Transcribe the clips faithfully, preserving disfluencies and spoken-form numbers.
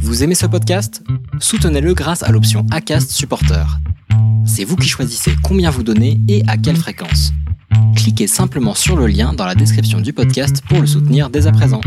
Vous aimez ce podcast ? Soutenez-le grâce à l'option Acast Supporter. C'est vous qui choisissez combien vous donnez et à quelle fréquence. Cliquez simplement sur le lien dans la description du podcast pour le soutenir dès à présent.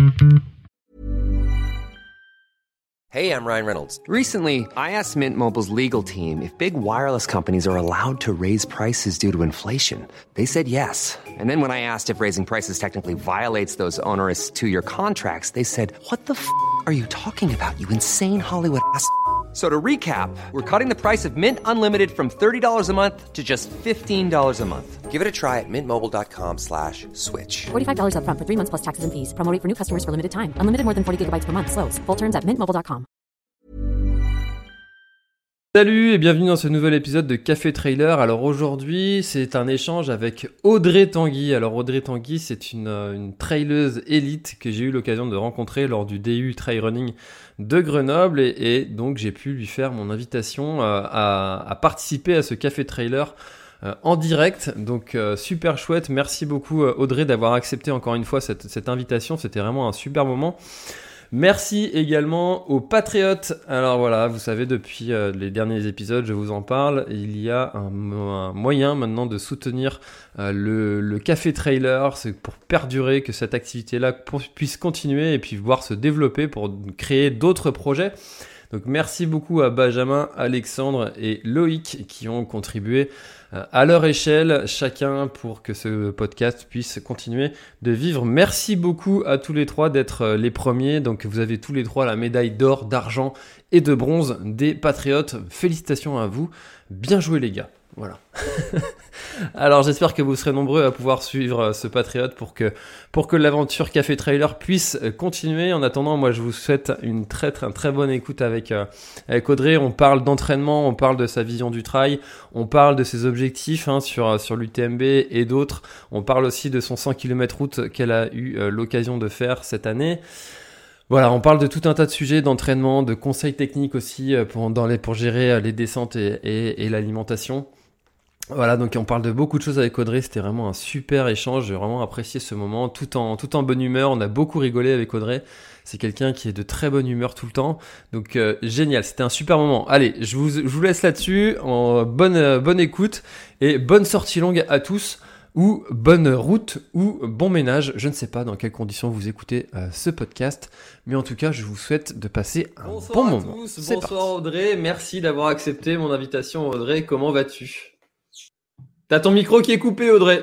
Hey, I'm Ryan Reynolds. Recently, I asked Mint Mobile's legal team if big wireless companies are allowed to raise prices due to inflation. They said yes. And then when I asked if raising prices technically violates those onerous two-year contracts, they said, "What the f*** are you talking about, you insane Hollywood ass?" So to recap, we're cutting the price of Mint Unlimited from thirty dollars a month to just fifteen dollars a month. Give it a try at mintmobile.com slash switch. forty-five dollars up front for three months plus taxes and fees. Promo rate for new customers for limited time. Unlimited more than forty gigabytes per month. Slows full terms at mint mobile dot com. Salut et bienvenue dans ce nouvel épisode de Café Trailer. Alors aujourd'hui, c'est un échange avec Audrey Tanguy. Alors Audrey Tanguy, c'est une, une traileuse élite que j'ai eu l'occasion de rencontrer lors du D U Trail Running de Grenoble et, et donc j'ai pu lui faire mon invitation euh, à, à participer à ce Café Trailer euh, en direct. Donc euh, super chouette. Merci beaucoup euh, Audrey d'avoir accepté encore une fois cette, cette invitation. C'était vraiment un super moment. Merci également aux patriotes. Alors voilà, vous savez, depuis euh, les derniers épisodes, je vous en parle, il y a un, un moyen maintenant de soutenir euh, le, le Café Trailer, c'est pour perdurer, que cette activité-là pour, puisse continuer et puis voir se développer pour créer d'autres projets. Donc merci beaucoup à Benjamin, Alexandre et Loïc qui ont contribué à leur échelle, chacun pour que ce podcast puisse continuer de vivre. Merci beaucoup à tous les trois d'être les premiers. Donc vous avez tous les trois la médaille d'or, d'argent et de bronze des Patriotes. Félicitations à vous. Bien joué les gars. Voilà. Alors j'espère que vous serez nombreux à pouvoir suivre ce Patriote pour que, pour que l'aventure Café Trailer puisse continuer. En attendant, moi je vous souhaite une très très, très bonne écoute avec, euh, avec Audrey. On parle d'entraînement, on parle de sa vision du trail, on parle de ses objectifs hein, sur, sur l'U T M B et d'autres. On parle aussi de son cent kilomètres route qu'elle a eu euh, l'occasion de faire cette année. Voilà, on parle de tout un tas de sujets d'entraînement, de conseils techniques aussi pour, dans les, pour gérer les descentes et, et, et l'alimentation. Voilà, donc on parle de beaucoup de choses avec Audrey, c'était vraiment un super échange, j'ai vraiment apprécié ce moment, tout en, tout en bonne humeur, on a beaucoup rigolé avec Audrey, c'est quelqu'un qui est de très bonne humeur tout le temps, donc euh, génial, c'était un super moment. Allez, je vous, je vous laisse là-dessus, en bonne, euh, bonne écoute et bonne sortie longue à tous, ou bonne route, ou bon ménage, je ne sais pas dans quelles conditions vous écoutez euh, ce podcast, mais en tout cas je vous souhaite de passer un bonsoir bon moment. Bonsoir à tous, c'est bonsoir parti. Audrey, merci d'avoir accepté mon invitation Audrey, comment vas-tu ? T'as ton micro qui est coupé, Audrey.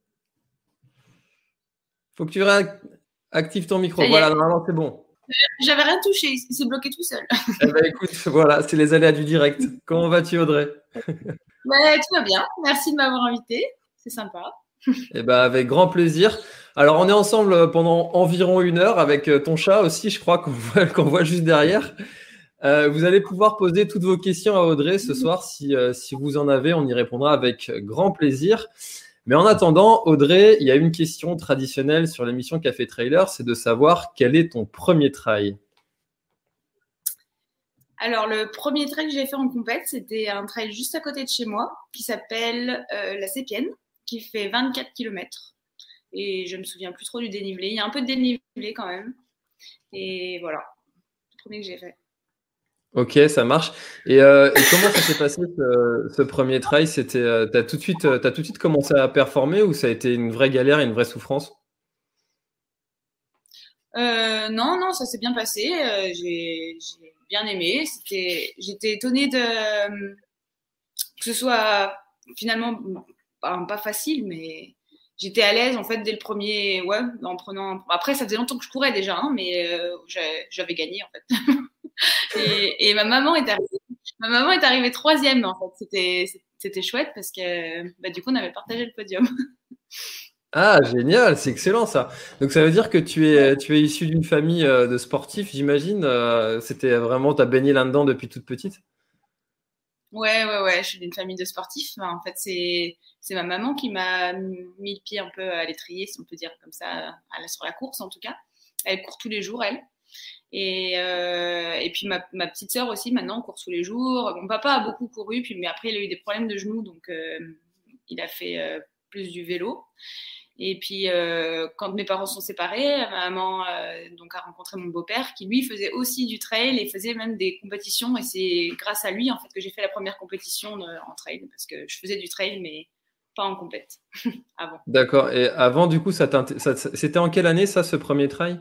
Faut que tu réactives ton micro. Voilà, normalement, c'est bon. J'avais rien touché, il s'est bloqué tout seul. Eh ben, écoute, voilà, c'est les aléas du direct. Comment vas-tu, Audrey ? Bah, tout va bien. Merci de m'avoir invité. C'est sympa. Eh ben, avec grand plaisir. Alors, on est ensemble pendant environ une heure avec ton chat aussi, je crois, qu'on voit, qu'on voit juste derrière. Euh, vous allez pouvoir poser toutes vos questions à Audrey ce soir. Si, euh, si vous en avez, on y répondra avec grand plaisir. Mais en attendant, Audrey, il y a une question traditionnelle sur l'émission Café Trailer, c'est de savoir quel est ton premier trail. Alors, le premier trail que j'ai fait en compète, c'était un trail juste à côté de chez moi qui s'appelle euh, la Sépienne, qui fait vingt-quatre kilomètres. Et je me souviens plus trop du dénivelé. Il y a un peu de dénivelé quand même. Et voilà, le premier que j'ai fait. Ok, ça marche. Et, euh, et comment ça s'est passé ce, ce premier trail ? C'était, euh, t'as tout de suite, t'as tout de suite commencé à performer ou ça a été une vraie galère et une vraie souffrance ? euh, Non, non, ça s'est bien passé. Euh, j'ai, j'ai bien aimé. C'était, j'étais étonnée de que ce soit finalement pas, pas facile, mais j'étais à l'aise en fait dès le premier. Ouais, en prenant. Après, ça faisait longtemps que je courais déjà, hein, mais euh, j'avais gagné en fait. Et, et ma maman est arrivée, ma maman est arrivée troisième en fait. C'était, c'était chouette parce que bah, du coup on avait partagé le podium. Ah génial, c'est excellent ça. Donc ça veut dire que tu es, tu es issu d'une famille de sportifs, j'imagine. C'était vraiment, t'as baigné là-dedans depuis toute petite. Ouais ouais ouais, je suis d'une famille de sportifs. En fait c'est, c'est ma maman qui m'a mis le pied un peu à l'étrier, si on peut dire comme ça, à la, sur la course en tout cas. Elle court tous les jours elle. Et, euh, et puis ma, ma petite sœur aussi maintenant court tous les jours. Mon papa a beaucoup couru, puis mais après il a eu des problèmes de genoux, donc euh, il a fait euh, plus du vélo. Et puis, euh, quand mes parents sont séparés, ma maman euh, donc a rencontré mon beau-père qui, lui, faisait aussi du trail et faisait même des compétitions. Et c'est grâce à lui, en fait, que j'ai fait la première compétition de, en trail parce que je faisais du trail, mais pas en compète avant. D'accord. Et avant, du coup, ça ça, c'était en quelle année, ça, ce premier trail?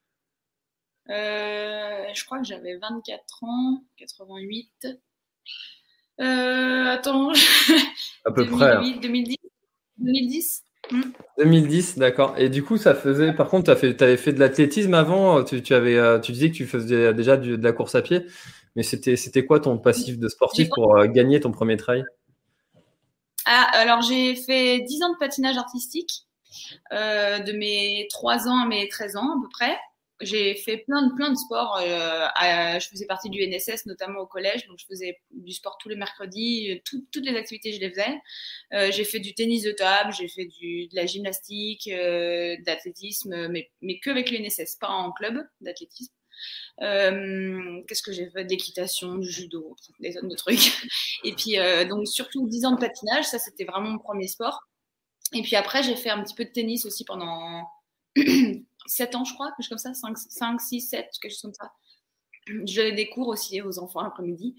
euh, Je crois que j'avais vingt-quatre ans, quatre-vingt-huit. Euh, attends, à peu deux mille huit, près. Hein. deux mille dix deux mille dix hmm. deux mille dix, d'accord. Et du coup, ça faisait. Par contre, tu avais fait de l'athlétisme avant. Tu, tu, avais, tu disais que tu faisais déjà du, de la course à pied. Mais c'était, c'était quoi ton passif de sportif pour euh, gagner ton premier trail? Ah, alors j'ai fait dix ans de patinage artistique, euh, de mes trois ans à mes treize ans à peu près. J'ai fait plein de, plein de sports. Euh, à, je faisais partie du N S S, notamment au collège. Donc, je faisais du sport tous les mercredis. Tout, toutes les activités, je les faisais. Euh, j'ai fait du tennis de table, j'ai fait du, de la gymnastique, euh, d'athlétisme, mais, mais que avec le N S S, pas en club d'athlétisme. Euh, qu'est-ce que j'ai fait? D'équitation, du judo, des tonnes de trucs. Et puis, euh, donc, surtout dix ans de patinage. Ça, c'était vraiment mon premier sport. Et puis après, j'ai fait un petit peu de tennis aussi pendant sept ans, je crois, quelque chose comme ça, cinq, six, sept, quelque chose comme ça. Je donnais des cours aussi aux enfants l'après-midi.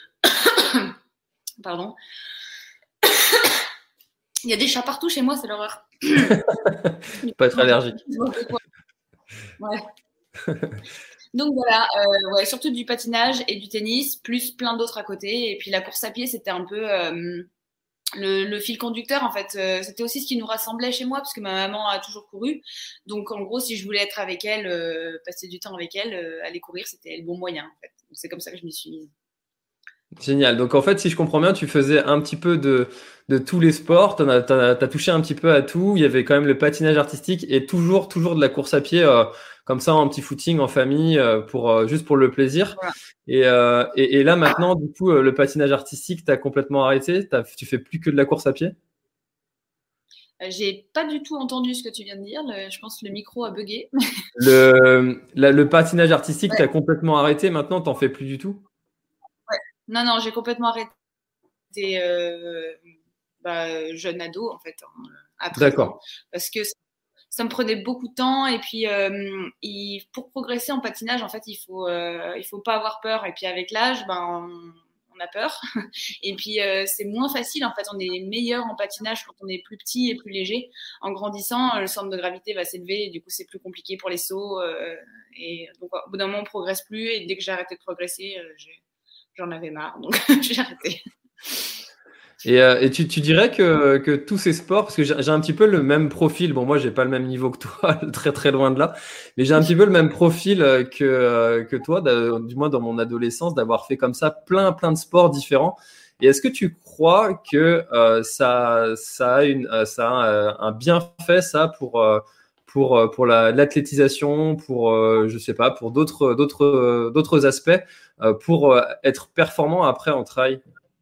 Pardon. Il y a des chats partout chez moi, c'est l'horreur. Pas être allergique. Ouais. Donc voilà, euh, ouais, surtout du patinage et du tennis, plus plein d'autres à côté. Et puis la course à pied, c'était un peu... Euh, Le, le fil conducteur, en fait, euh, c'était aussi ce qui nous rassemblait chez moi, parce que ma maman a toujours couru. Donc, en gros, si je voulais être avec elle, euh, passer du temps avec elle, euh, aller courir, c'était le bon moyen, en fait. Donc, c'est comme ça que je m'y suis mise. Génial. Donc, en fait, si je comprends bien, tu faisais un petit peu de, de tous les sports. Tu as, t'as, t'as touché un petit peu à tout. Il y avait quand même le patinage artistique et toujours, toujours de la course à pied, euh, comme ça, en petit footing, en famille, euh, pour, euh, juste pour le plaisir. Voilà. Et, euh, et, et là, maintenant, du coup, euh, le patinage artistique, tu as complètement arrêté. T'as, tu fais plus que de la course à pied? euh, J'ai pas du tout entendu ce que tu viens de dire. Le, je pense que le micro a bugué. le, la, le patinage artistique, ouais. Tu as complètement arrêté. Maintenant, tu n'en fais plus du tout? Ouais. Non, non, j'ai complètement arrêté euh, bah, jeune ado, en fait, hein, à treize ans. Parce que ça me prenait beaucoup de temps et puis euh, il, pour progresser en patinage, en fait, il faut euh, il faut pas avoir peur. Et puis avec l'âge, ben on, on a peur. Et puis euh, c'est moins facile. En fait, on est meilleur en patinage quand on est plus petit et plus léger. En grandissant, le centre de gravité va s'élever et du coup c'est plus compliqué pour les sauts. Euh, et donc au bout d'un moment, on progresse plus. Et dès que j'ai arrêté de progresser, euh, j'ai, j'en avais marre, donc j'ai arrêté. Et, euh, et tu, tu dirais que, que tous ces sports, parce que j'ai, j'ai un petit peu le même profil, bon moi j'ai pas le même niveau que toi, très très loin de là, mais j'ai un petit peu le même profil que, que toi, du moins dans mon adolescence, d'avoir fait comme ça plein plein de sports différents. Et est-ce que tu crois que euh, ça, ça a, une, ça a un bienfait ça pour, pour, pour la, l'athlétisation, pour euh, je sais pas, pour d'autres, d'autres, d'autres aspects, pour être performant après en trail?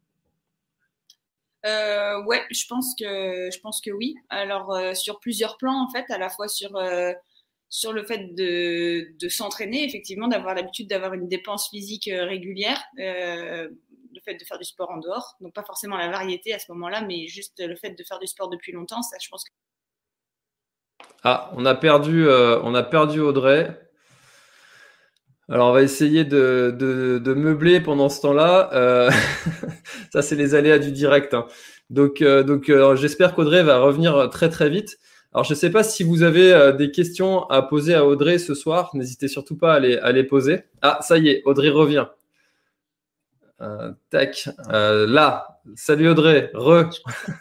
Euh, ouais, je pense que je pense que oui. Alors euh, sur plusieurs plans en fait, à la fois sur euh, sur le fait de de s'entraîner, effectivement, d'avoir l'habitude d'avoir une dépense physique euh, régulière, euh, le fait de faire du sport en dehors, donc pas forcément la variété à ce moment-là, mais juste le fait de faire du sport depuis longtemps, ça, je pense que. Ah, on a perdu, euh, on a perdu Audrey. Alors, on va essayer de, de, de meubler pendant ce temps-là. Euh, ça, c'est les aléas du direct. Hein. Donc, euh, donc euh, j'espère qu'Audrey va revenir très, très vite. Alors, je ne sais pas si vous avez euh, des questions à poser à Audrey ce soir. N'hésitez surtout pas à les, à les poser. Ah, ça y est, Audrey revient. Euh, tac. Euh, là. Salut Audrey. Re.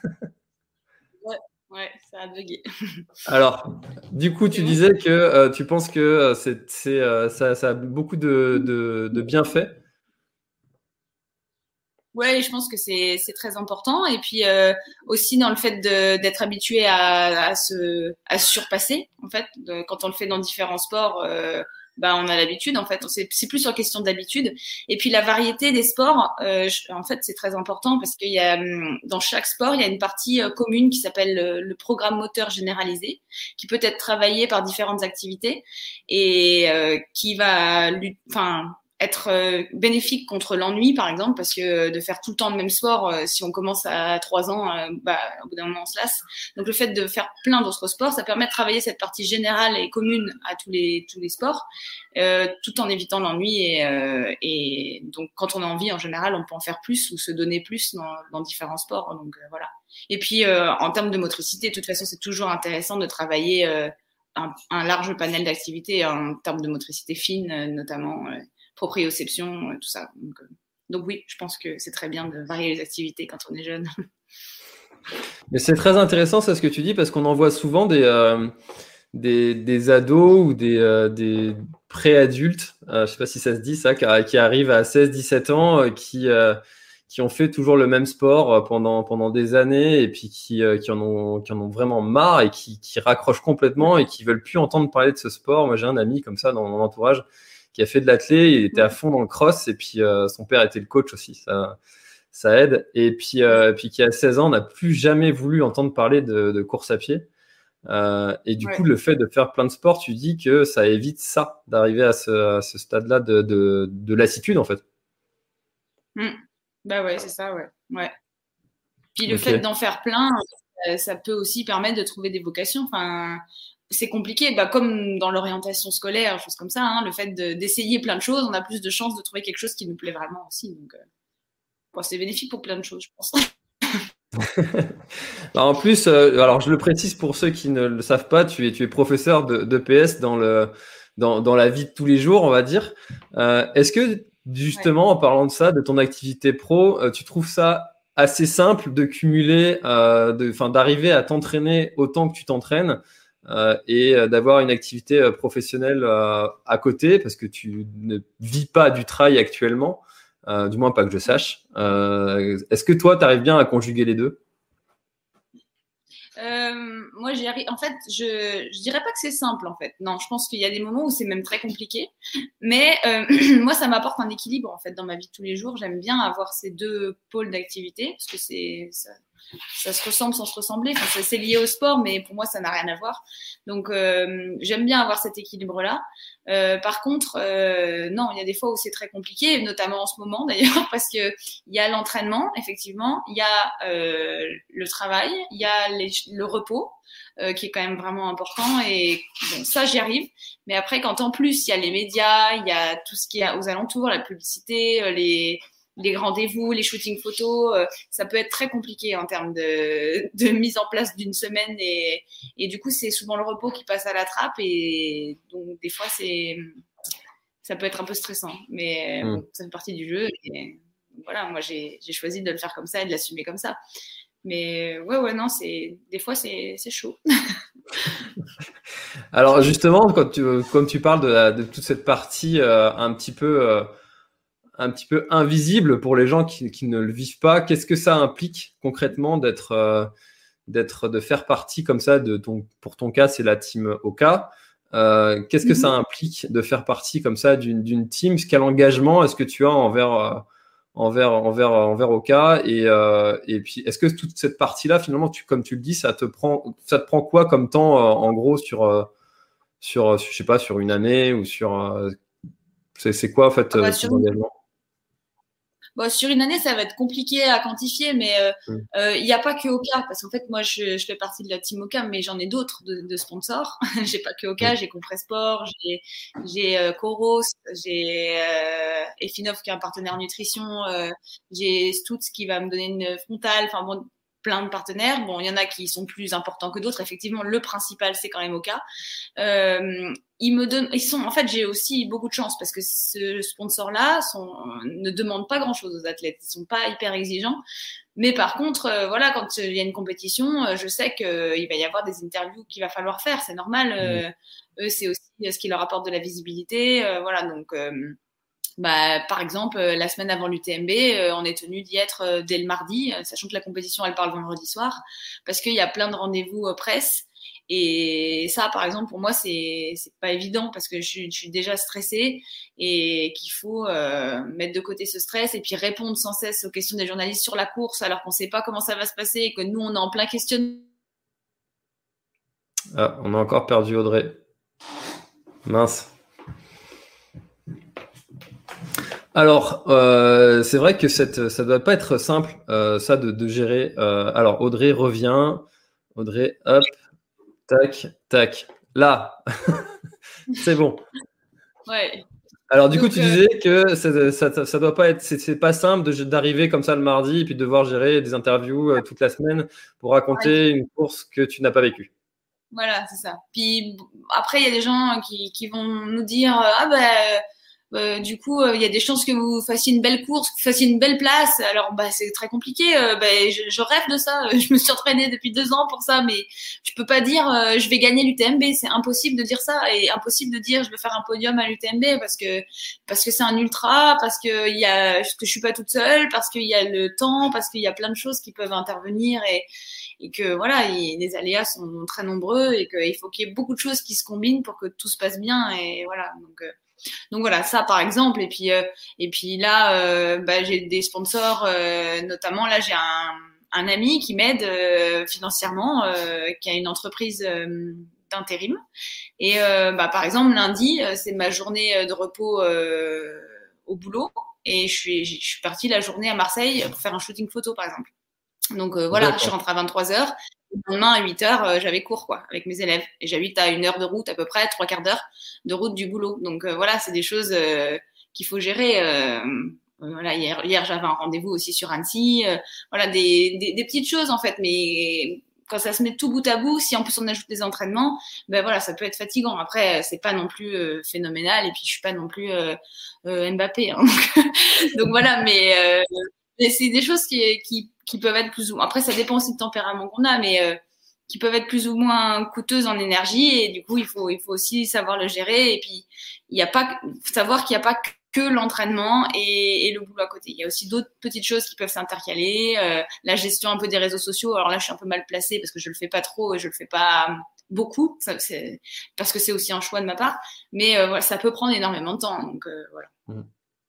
Ouais, ça a bugué. Alors, du coup, tu disais que euh, tu penses que euh, c'est, c'est, euh, ça, ça a beaucoup de, de, de bienfaits. Ouais, je pense que c'est, c'est très important. Et puis euh, aussi dans le fait de, d'être habitué à, à, se, à se surpasser, en fait, de, quand on le fait dans différents sports. Euh, Bah, on a l'habitude, en fait. C'est, c'est plus en question d'habitude. Et puis, la variété des sports, euh, je, en fait, c'est très important parce qu'il y a, dans chaque sport, il y a une partie euh, commune qui s'appelle le, le programme moteur généralisé, qui peut être travaillé par différentes activités et euh, qui va, enfin, être euh, bénéfique contre l'ennui, par exemple, parce que de faire tout le temps le même sport, euh, si on commence à trois ans, euh, bah, au bout d'un moment, on se lasse. Donc, le fait de faire plein d'autres sports, ça permet de travailler cette partie générale et commune à tous les tous les sports, euh, tout en évitant l'ennui. Et, euh, et donc, quand on a envie, en général, on peut en faire plus ou se donner plus dans, dans différents sports. Donc, euh, voilà. Et puis, euh, en termes de motricité, de toute façon, c'est toujours intéressant de travailler euh, un, un large panel d'activités en termes de motricité fine, euh, notamment euh, proprioception, euh, tout ça. Donc, euh, donc oui, je pense que c'est très bien de varier les activités quand on est jeune. Mais c'est très intéressant, ça, ce que tu dis, parce qu'on en voit souvent des, euh, des, des ados ou des, euh, des pré-adultes, euh, je sais pas si ça se dit ça, qui, qui arrivent à seize dix-sept ans, euh, qui, euh, qui ont fait toujours le même sport pendant, pendant des années et puis qui, euh, qui, en ont, qui en ont vraiment marre et qui, qui raccrochent complètement et qui veulent plus entendre parler de ce sport. Moi, j'ai un ami comme ça dans mon entourage qui a fait de l'athlé, il était à fond dans le cross et puis euh, son père était le coach aussi, ça, ça aide. Et puis, euh, puis qui a seize ans n'a plus jamais voulu entendre parler de, de course à pied. Euh, et du ouais. coup, le fait de faire plein de sports, tu dis que ça évite ça, d'arriver à ce, à ce stade-là de, de, de lassitude en fait. Mmh. Bah ouais, c'est ça, ouais. ouais. Puis le okay. fait d'en faire plein, ça, ça peut aussi permettre de trouver des vocations. Enfin, c'est compliqué, bah, comme dans l'orientation scolaire, choses comme ça, hein, le fait de, d'essayer plein de choses, on a plus de chances de trouver quelque chose qui nous plaît vraiment aussi. Donc, euh, bon, c'est bénéfique pour plein de choses, je pense. Alors, en plus, euh, alors je le précise pour ceux qui ne le savent pas, tu es, tu es professeur de, de P S dans, le, dans, dans la vie de tous les jours, on va dire. Euh, est-ce que, justement, ouais. en parlant de ça, de ton activité pro, euh, tu trouves ça assez simple de cumuler, euh, de, enfin, d'arriver à t'entraîner autant que tu t'entraînes euh, et d'avoir une activité euh, professionnelle euh, à côté, parce que tu ne vis pas du trail actuellement, euh, du moins pas que je sache. Euh, est-ce que toi, tu arrives bien à conjuguer les deux ? Euh, moi, j'y arrive. En fait, je je dirais pas que c'est simple. En fait, non. Je pense qu'il y a des moments où c'est même très compliqué. Mais euh, moi, ça m'apporte un équilibre en fait dans ma vie de tous les jours. J'aime bien avoir ces deux pôles d'activité parce que c'est ça, ça se ressemble sans se ressembler. Enfin, c'est lié au sport, mais pour moi, ça n'a rien à voir. Donc, euh, j'aime bien avoir cet équilibre-là. Euh, par contre, euh, non, il y a des fois où c'est très compliqué, notamment en ce moment d'ailleurs, parce que il y a l'entraînement, effectivement, il y a euh, le travail, il y a les, le repos, euh, qui est quand même vraiment important. Et bon, ça, j'y arrive. Mais après, quand en plus il y a les médias, il y a tout ce qui est aux alentours, la publicité, les les rendez-vous, les shootings photos, euh, ça peut être très compliqué en termes de, de mise en place d'une semaine et, et du coup, c'est souvent le repos qui passe à la trappe et donc des fois, c'est, ça peut être un peu stressant, mais mmh. bon, ça fait partie du jeu et voilà, moi, j'ai, j'ai choisi de le faire comme ça et de l'assumer comme ça. Mais ouais, ouais, non, c'est, des fois, c'est, c'est chaud. Alors justement, quand tu, comme tu parles de, la, de toute cette partie euh, un petit peu... Euh, un petit peu invisible pour les gens qui, qui ne le vivent pas. Qu'est-ce que ça implique concrètement d'être, euh, d'être, de faire partie comme ça de ton, pour ton cas, c'est la team Oka. Euh, qu'est-ce que mm-hmm. ça implique de faire partie comme ça d'une, d'une team? Quel engagement est-ce que tu as envers, euh, envers, envers, envers Oka? Et, euh, et puis, est-ce que toute cette partie-là, finalement, tu, comme tu le dis, ça te prend, ça te prend quoi comme temps, euh, en gros, sur, euh, sur, je sais pas, sur une année ou sur, euh, c'est, c'est quoi en fait ah bah, euh, ton engagement? Bon, sur une année, ça va être compliqué à quantifier, mais il euh, euh, n'y a pas que Oka, parce qu'en fait, moi, je, je fais partie de la team Oka, mais j'en ai d'autres de, de sponsors. J'ai pas que Oka, j'ai Compressport, j'ai, j'ai euh, Coros, j'ai euh, Efinov qui est un partenaire nutrition, euh, j'ai Stutz qui va me donner une frontale, enfin bon, plein de partenaires. Bon, il y en a qui sont plus importants que d'autres. Effectivement, le principal, c'est quand même Oka. Euh, ils me donnent, ils sont, en fait, j'ai aussi beaucoup de chance parce que ce sponsor-là sont, ne demande pas grand-chose aux athlètes. Ils sont pas hyper exigeants. Mais par contre, euh, voilà, quand il y a une compétition, euh, je sais qu'il euh, va y avoir des interviews qu'il va falloir faire. C'est normal. Euh, mmh. Eux, c'est aussi euh, ce qui leur apporte de la visibilité. Euh, voilà, donc. Euh, Bah, par exemple, la semaine avant l'U T M B, euh, on est tenu d'y être euh, dès le mardi, euh, sachant que la compétition, elle part le vendredi soir, parce qu'il y a plein de rendez-vous euh, presse. Et ça, par exemple, pour moi, c'est c'est pas évident parce que je suis, je suis déjà stressée et qu'il faut euh, mettre de côté ce stress et puis répondre sans cesse aux questions des journalistes sur la course alors qu'on sait pas comment ça va se passer et que nous, on est en plein questionnement. Ah, on a encore perdu Audrey. Mince. Alors, euh, c'est vrai que cette, ça doit pas être simple, euh, ça, de, de gérer. Euh, alors, Audrey revient. Audrey, hop, tac, tac. Là, c'est bon. Ouais. Alors, du Donc, coup, tu euh, disais que ça, ça, ça doit pas être, c'est, c'est pas simple de, d'arriver comme ça le mardi et puis de devoir gérer des interviews euh, toute la semaine pour raconter une course que tu n'as pas vécue. Voilà, c'est ça. Puis b- après, il y a des gens qui, qui vont nous dire euh, ah ben euh, du coup euh, il y a des chances que vous fassiez une belle course, que vous fassiez une belle place. Alors bah c'est très compliqué. Euh, ben, je, je rêve de ça. Je me suis entraînée depuis deux ans pour ça, mais je peux pas dire euh, je vais gagner l'U T M B. C'est impossible de dire ça et impossible de dire je vais faire un podium à l'U T M B parce que parce que c'est un ultra, parce que il y a que je suis pas toute seule, parce qu'il y a le temps, parce qu'il y a plein de choses qui peuvent intervenir et et que voilà, il, les aléas sont très nombreux et qu'il faut qu'il y ait beaucoup de choses qui se combinent pour que tout se passe bien et voilà. Donc, euh, donc voilà, ça par exemple. Et puis, euh, et puis là, euh, bah, j'ai des sponsors, euh, notamment là, j'ai un, un ami qui m'aide euh, financièrement, euh, qui a une entreprise euh, d'intérim. Et euh, bah, par exemple, lundi, euh, c'est ma journée de repos euh, au boulot. Et je suis, je suis partie la journée à Marseille pour faire un shooting photo, par exemple. Donc euh, voilà, je suis rentrée à vingt-trois heures. Le lendemain, à huit heures, euh, j'avais cours quoi, avec mes élèves. Et j'habite à une heure de route à peu près, trois quarts d'heure de route du boulot. Donc euh, voilà, c'est des choses euh, qu'il faut gérer. Euh, voilà, hier, hier j'avais un rendez-vous aussi sur Annecy. Euh, voilà, des, des, des petites choses en fait. Mais quand ça se met tout bout à bout, si en plus on ajoute des entraînements, ben voilà, ça peut être fatigant. Après, c'est pas non plus euh, phénoménal. Et puis je suis pas non plus euh, euh, Mbappé. Hein. Donc voilà, mais euh, c'est des choses qui, qui, qui peuvent être plus ou après ça dépend aussi du tempérament qu'on a, mais euh, qui peuvent être plus ou moins coûteuses en énergie et du coup il faut il faut aussi savoir le gérer et puis il y a pas savoir qu'il n'y a pas que l'entraînement et, et le boulot à côté. Il y a aussi d'autres petites choses qui peuvent s'intercaler, euh, la gestion un peu des réseaux sociaux. Alors là je suis un peu mal placée parce que je le fais pas trop et je le fais pas beaucoup, ça, c'est, parce que c'est aussi un choix de ma part, mais euh, voilà, ça peut prendre énormément de temps. Donc euh, voilà. Mmh.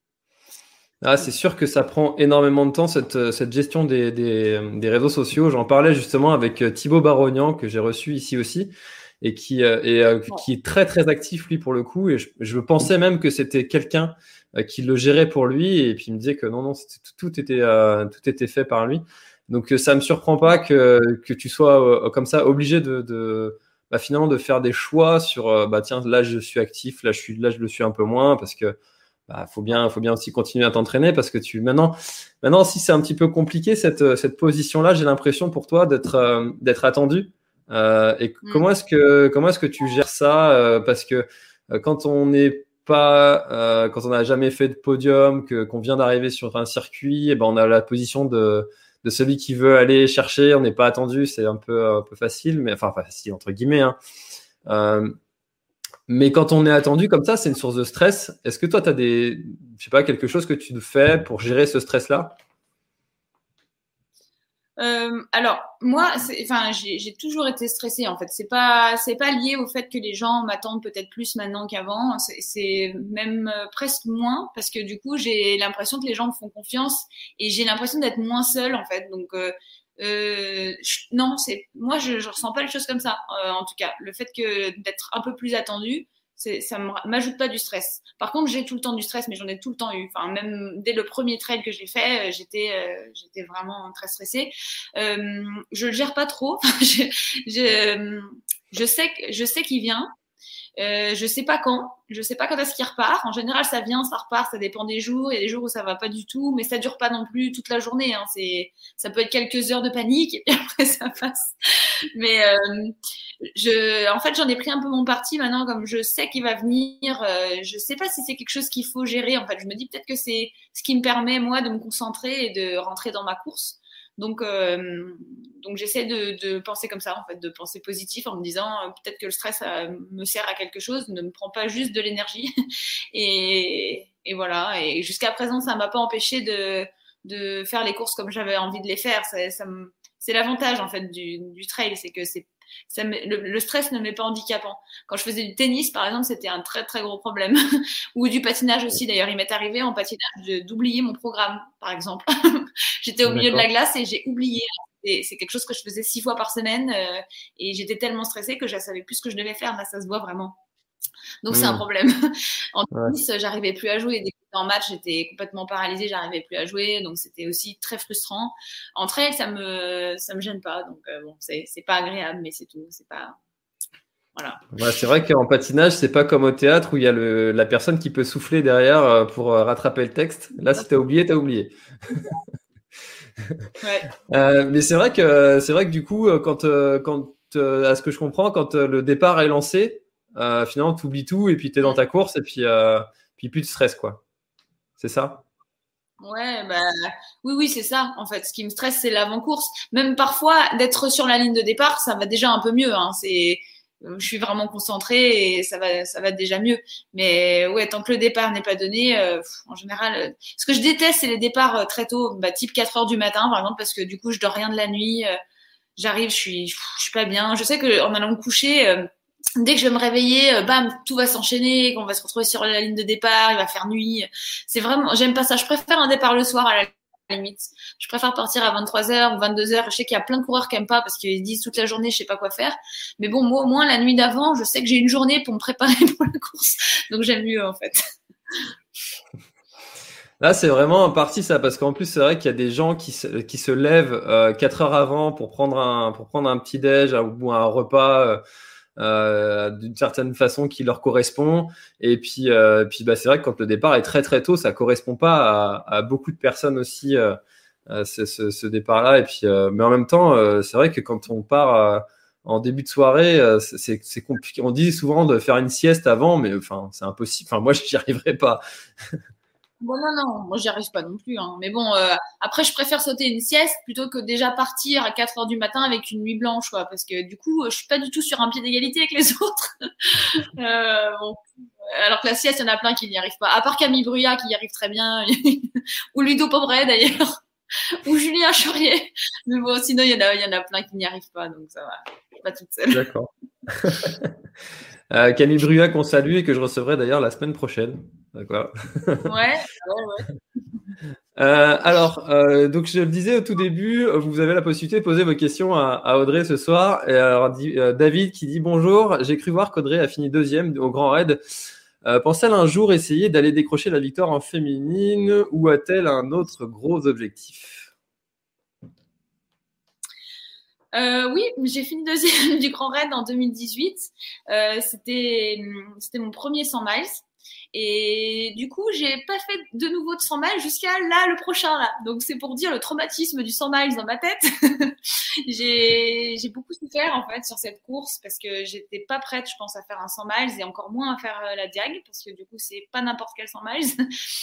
Ah, c'est sûr que ça prend énormément de temps, cette, cette gestion des, des, des réseaux sociaux. J'en parlais justement avec Thibaut Barognan, que j'ai reçu ici aussi, et qui, euh, et, euh, qui est très, très actif, lui, pour le coup. Et je, je pensais même que c'était quelqu'un euh, qui le gérait pour lui. Et puis, il me disait que non, non, c'était, tout, était, euh, tout était fait par lui. Donc, ça me surprend pas que, que tu sois euh, comme ça, obligé de, de bah, finalement, de faire des choix sur, euh, bah, tiens, là, je suis actif, là, je suis, là, je le suis un peu moins, parce que bah, faut bien, faut bien aussi continuer à t'entraîner parce que tu maintenant, maintenant si c'est un petit peu compliqué cette cette position-là, j'ai l'impression pour toi d'être euh, d'être attendu. Euh, et Mm. comment est-ce que comment est-ce que tu gères ça euh, parce que euh, quand on n'est pas, euh, quand on n'a jamais fait de podium, que qu'on vient d'arriver sur un circuit, et ben on a la position de de celui qui veut aller chercher, on n'est pas attendu, c'est un peu un peu facile, mais enfin facile entre guillemets. Hein. Euh, Mais quand on est attendu comme ça, c'est une source de stress. Est-ce que toi, tu as des, je sais pas, quelque chose que tu fais pour gérer ce stress-là? Euh, alors moi, c'est, enfin, j'ai, j'ai toujours été stressée en fait. C'est pas, c'est pas lié au fait que les gens m'attendent peut-être plus maintenant qu'avant. C'est, c'est même euh, presque moins parce que du coup, j'ai l'impression que les gens me font confiance et j'ai l'impression d'être moins seule en fait. Donc euh, euh, je- non, c'est moi, je, je ressens pas les choses comme ça. Euh, en tout cas, le fait que d'être un peu plus attendue, c'est, ça me- m'ajoute pas du stress. Par contre, j'ai tout le temps du stress, mais j'en ai tout le temps eu. Enfin, même dès le premier trail que j'ai fait, euh, j'étais, euh, j'étais vraiment très stressée. Euh, je le gère pas trop. je, je, je sais que je sais qu'il vient. Euh, je sais pas quand. Je sais pas quand est-ce qu'il repart. En général, ça vient, ça repart. Ça dépend des jours. Il y a des jours où ça va pas du tout, mais ça dure pas non plus toute la journée. Hein. C'est, ça peut être quelques heures de panique et puis après ça passe. Mais euh, je, en fait, j'en ai pris un peu mon parti maintenant. Comme je sais qu'il va venir, euh, je sais pas si c'est quelque chose qu'il faut gérer. En fait, je me dis peut-être que c'est ce qui me permet moi de me concentrer et de rentrer dans ma course. Donc, euh, donc j'essaie de, de penser comme ça, en fait, de penser positif en me disant euh, peut-être que le stress euh, me sert à quelque chose, ne me prend pas juste de l'énergie. et, et voilà. Et jusqu'à présent, ça m'a pas empêché de, de faire les courses comme j'avais envie de les faire. Ça, ça me, c'est l'avantage en fait du, du trail, c'est que c'est ça me, le, le stress ne m'est pas handicapant. Quand je faisais du tennis, par exemple, c'était un très très gros problème. Ou du patinage aussi. D'ailleurs, il m'est arrivé en patinage de, d'oublier mon programme, par exemple. J'étais au milieu de la glace et j'ai oublié. Et c'est quelque chose que je faisais six fois par semaine euh, et j'étais tellement stressée que je ne savais plus ce que je devais faire. Là, ça se voit vraiment. Donc, Mmh. c'est un problème. En Ouais. tennis, j'arrivais plus à jouer. Dès que j'étais en match, j'étais complètement paralysée, j'arrivais plus à jouer. Donc, c'était aussi très frustrant. En trail, ça me, ça me gêne pas. Donc, euh, bon, c'est, c'est pas agréable, mais c'est tout. C'est pas, voilà. Ouais, c'est vrai qu'en patinage, c'est pas comme au théâtre où il y a le, la personne qui peut souffler derrière euh, pour euh, rattraper le texte. Là, si t'as oublié, t'as oublié. Ouais. Euh, mais c'est vrai que c'est vrai que du coup, euh, quand euh, quand euh, à ce que je comprends, quand euh, le départ est lancé, euh, finalement, tu oublies tout et puis t'es dans ta course et puis euh, puis plus de stress, quoi. C'est ça? Ouais, bah, oui, oui, c'est ça. En fait, ce qui me stresse, c'est l'avant-course. Même parfois, d'être sur la ligne de départ, ça va déjà un peu mieux, hein. C'est, je suis vraiment concentrée et ça va, ça va déjà mieux. Mais ouais, tant que le départ n'est pas donné, euh, en général, euh, ce que je déteste, c'est les départs euh, très tôt, bah, type quatre heures du matin, par exemple, parce que du coup, je dors rien de la nuit. euh, J'arrive, je suis, je suis pas bien. Je sais que en allant me coucher, euh, dès que je vais me réveiller, euh, bam, tout va s'enchaîner, qu'on va se retrouver sur la ligne de départ, il va faire nuit. C'est vraiment, j'aime pas ça. Je préfère un départ le soir à la limite. Je préfère partir à vingt-trois heures ou vingt-deux heures. Je sais qu'il y a plein de coureurs qui aiment pas parce qu'ils disent toute la journée, je sais pas quoi faire. Mais bon, moi, au moins, la nuit d'avant, je sais que j'ai une journée pour me préparer pour la course. Donc, j'aime mieux, en fait. Là, c'est vraiment un parti ça, parce qu'en plus, c'est vrai qu'il y a des gens qui se, qui se lèvent euh, quatre heures avant pour prendre un pour prendre un petit déj ou un repas euh, euh, d'une certaine façon qui leur correspond. Et puis, euh, puis bah, c'est vrai que quand le départ est très très tôt, ça correspond pas à, à beaucoup de personnes aussi euh, euh, ce, ce, ce départ-là. Et puis, euh, mais en même temps, euh, c'est vrai que quand on part euh, en début de soirée, euh, c'est c'est compliqué. On dit souvent de faire une sieste avant, mais enfin, c'est impossible. Enfin, moi, j'y arriverai pas. Bon, non, non, moi, j'y arrive pas non plus, hein. Mais bon, euh, après, je préfère sauter une sieste plutôt que déjà partir à quatre heures du matin avec une nuit blanche, quoi. Parce que du coup, je suis pas du tout sur un pied d'égalité avec les autres. euh, bon. Alors que la sieste, il y en a plein qui n'y arrivent pas. À part Camille Bruyat qui y arrive très bien. Ou Ludo Pobret, d'ailleurs. Ou Julien Chaurier. Mais bon, sinon, il y en a, il y en a plein qui n'y arrivent pas. Donc, ça va. Je suis pas toute seule. D'accord. euh, Camille Bruyat qu'on salue et que je recevrai d'ailleurs la semaine prochaine. D'accord. Ouais, ouais, ouais. Euh, alors, euh, donc je le disais au tout début, vous avez la possibilité de poser vos questions à, à Audrey ce soir. Et alors, euh, David qui dit bonjour, j'ai cru voir qu'Audrey a fini deuxième au Grand Raid. Euh, pense-t-elle un jour essayer d'aller décrocher la victoire en féminine ou a-t-elle un autre gros objectif? Euh, oui, j'ai fini deuxième du Grand Raid en deux mille dix-huit. Euh, c'était, c'était mon premier cent miles. Et du coup, j'ai pas fait de nouveau de cent miles jusqu'à là, le prochain là. Donc c'est pour dire le traumatisme du cent miles dans ma tête. j'ai, j'ai beaucoup souffert en fait sur cette course parce que j'étais pas prête, je pense, à faire un cent miles et encore moins à faire la diag parce que du coup, c'est pas n'importe quel cent miles.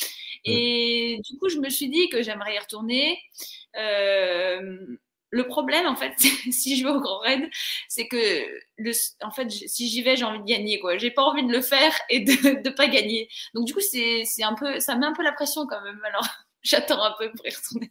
Et du coup, je me suis dit que j'aimerais y retourner. Euh, Le problème, en fait, si je vais au Grand Raid, c'est que, le, en fait, si j'y vais, j'ai envie de gagner, quoi. J'ai pas envie de le faire et de, de pas gagner. Donc, du coup, c'est, c'est un peu, ça met un peu la pression quand même. Alors, j'attends un peu pour y retourner.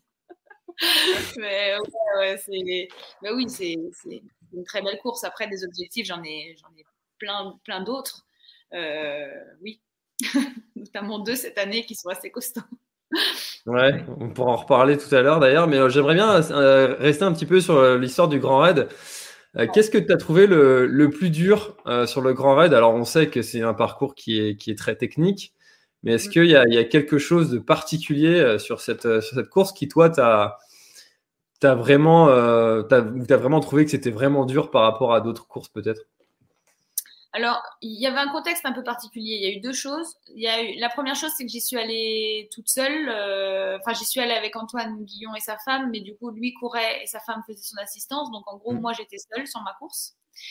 Mais ouais, ouais, c'est, mais oui, c'est, c'est une très belle course. Après, des objectifs, j'en ai, j'en ai plein, plein d'autres. Euh, oui, notamment deux cette année qui sont assez costauds. Ouais, on pourra en reparler tout à l'heure d'ailleurs, mais euh, j'aimerais bien euh, rester un petit peu sur euh, l'histoire du Grand Raid. Euh, qu'est-ce que tu as trouvé le, le plus dur euh, sur le Grand Raid? Alors, on sait que c'est un parcours qui est, qui est très technique, mais est-ce qu'il y a, il y a quelque chose de particulier euh, sur, cette, euh, sur cette course qui, toi, t'as, t'as vraiment, euh, t'as, t'as vraiment trouvé que c'était vraiment dur par rapport à d'autres courses peut-être? Alors, il y avait un contexte un peu particulier. Il y a eu deux choses. Il y a eu, la première chose, c'est que j'y suis allée toute seule. Euh, enfin, j'y suis allée avec Antoine Guillon et sa femme, mais du coup, lui courait et sa femme faisait son assistance. Donc, en gros, mmh. moi, j'étais seule sur ma course.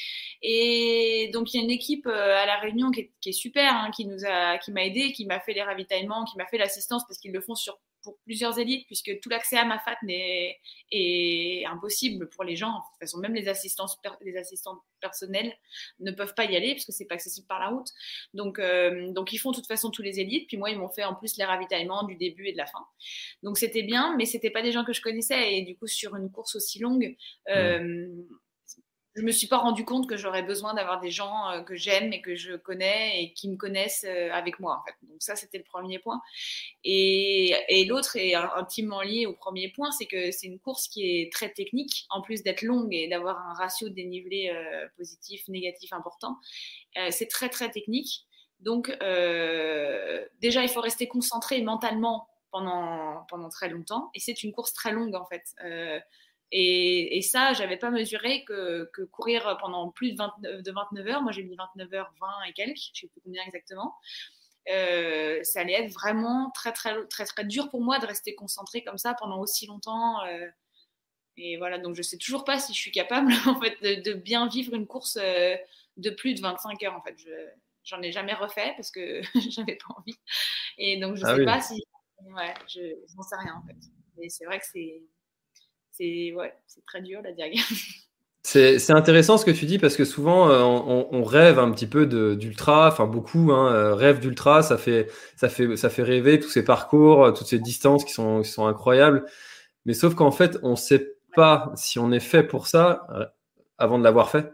Et donc, il y a une équipe euh, à La Réunion qui est, qui est super, hein, qui nous a, qui m'a aidée, qui m'a fait les ravitaillements, qui m'a fait l'assistance parce qu'ils le font sur pour plusieurs élites, puisque tout l'accès à Mafate est, est impossible pour les gens. De toute façon, même les assistants, les assistants personnels ne peuvent pas y aller, parce que c'est pas accessible par la route. Donc, euh, donc ils font de toute façon tous les élites, puis moi, ils m'ont fait en plus les ravitaillements du début et de la fin. Donc, c'était bien, mais c'était pas des gens que je connaissais, et du coup, sur une course aussi longue, euh, je me suis pas rendu compte que j'aurais besoin d'avoir des gens euh, que j'aime et que je connais et qui me connaissent euh, avec moi, en fait. Donc ça, c'était le premier point. Et, et l'autre est intimement lié au premier point, c'est que c'est une course qui est très technique, en plus d'être longue et d'avoir un ratio de dénivelé euh, positif, négatif important. Euh, c'est très, très technique. Donc, euh, déjà, il faut rester concentré mentalement pendant, pendant très longtemps. Et c'est une course très longue, en fait. Euh, Et, et ça, je n'avais pas mesuré que, que courir pendant plus de, vingt, de vingt-neuf heures, moi j'ai mis vingt-neuf heures vingt et quelques, je ne sais plus combien exactement, euh, ça allait être vraiment très, très, très, très dur pour moi de rester concentrée comme ça pendant aussi longtemps. Euh, et voilà, donc je ne sais toujours pas si je suis capable en fait, de, de bien vivre une course euh, de plus de vingt-cinq heures. En fait. Je n'en ai jamais refait parce que je n'avais pas envie. Et donc je ne Ah sais oui. pas si... Ouais, je n'en sais rien en fait. Mais c'est vrai que c'est... C'est, ouais, c'est très dur la diag. C'est, c'est intéressant ce que tu dis parce que souvent euh, on, on rêve un petit peu de, d'ultra, enfin beaucoup hein, euh, rêvent d'ultra, ça fait, ça, fait, ça fait rêver tous ces parcours, euh, toutes ces distances qui sont, qui sont incroyables. Mais sauf qu'en fait, on ne sait pas si on est fait pour ça euh, avant de l'avoir fait.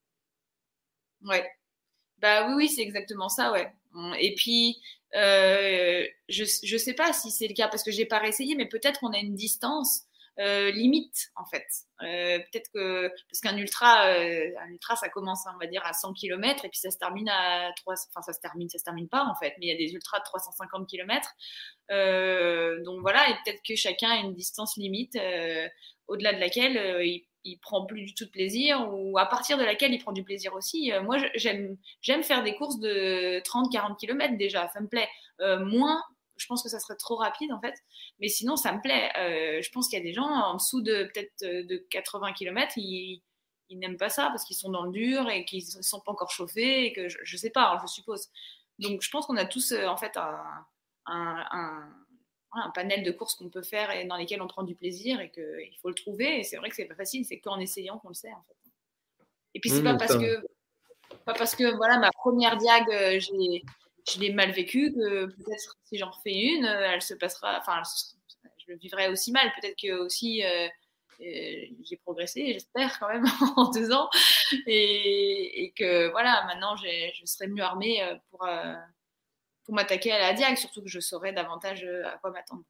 Ouais. Bah oui, oui, c'est exactement ça, ouais. Et puis, euh, je je sais pas si c'est le cas parce que j'ai pas réessayé, mais peut-être qu'on a une distance euh, limite en fait. Euh, peut-être que parce qu'un ultra, euh, un ultra, ça commence, on va dire, à cent kilomètres et puis ça se termine à trois, enfin ça se termine, ça se termine pas en fait. Mais il y a des ultras de trois cent cinquante kilomètres. Euh, donc voilà, et peut-être que chacun a une distance limite euh, au-delà de laquelle euh, il il prend plus du tout de plaisir ou à partir de laquelle il prend du plaisir aussi. Euh, moi, j'aime, j'aime faire des courses de trente quarante kilomètres déjà, ça me plaît. Euh, moins, je pense que ça serait trop rapide en fait, mais sinon ça me plaît. Euh, je pense qu'il y a des gens en dessous de peut-être de quatre-vingts kilomètres, ils, ils n'aiment pas ça parce qu'ils sont dans le dur et qu'ils ne sont pas encore chauffés et que je, je sais pas, hein, je suppose. Donc je pense qu'on a tous euh, en fait un, un, un un panel de courses qu'on peut faire et dans lesquelles on prend du plaisir et qu'il faut le trouver. Et c'est vrai que c'est pas facile, c'est qu'en essayant qu'on le sait en fait. Et puis c'est Mmh, pas parce ça. que pas parce que voilà ma première diag, euh, j'ai je l'ai mal vécue que peut-être si j'en refais une, euh, elle se passera, enfin je le vivrai aussi mal. Peut-être que aussi euh, euh, j'ai progressé, j'espère quand même en deux ans, et, et que voilà maintenant j'ai, je serai mieux armée pour euh, pour m'attaquer à la diag, surtout que je saurais davantage à quoi m'attendre.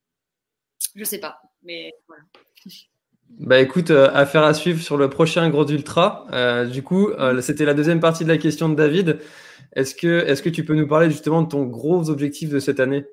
Je sais pas, mais voilà. Bah écoute, euh, affaire à suivre sur le prochain Gros Ultra. Euh, du coup, euh, c'était la deuxième partie de la question de David. Est-ce que, est-ce que tu peux nous parler justement de ton gros objectif de cette année?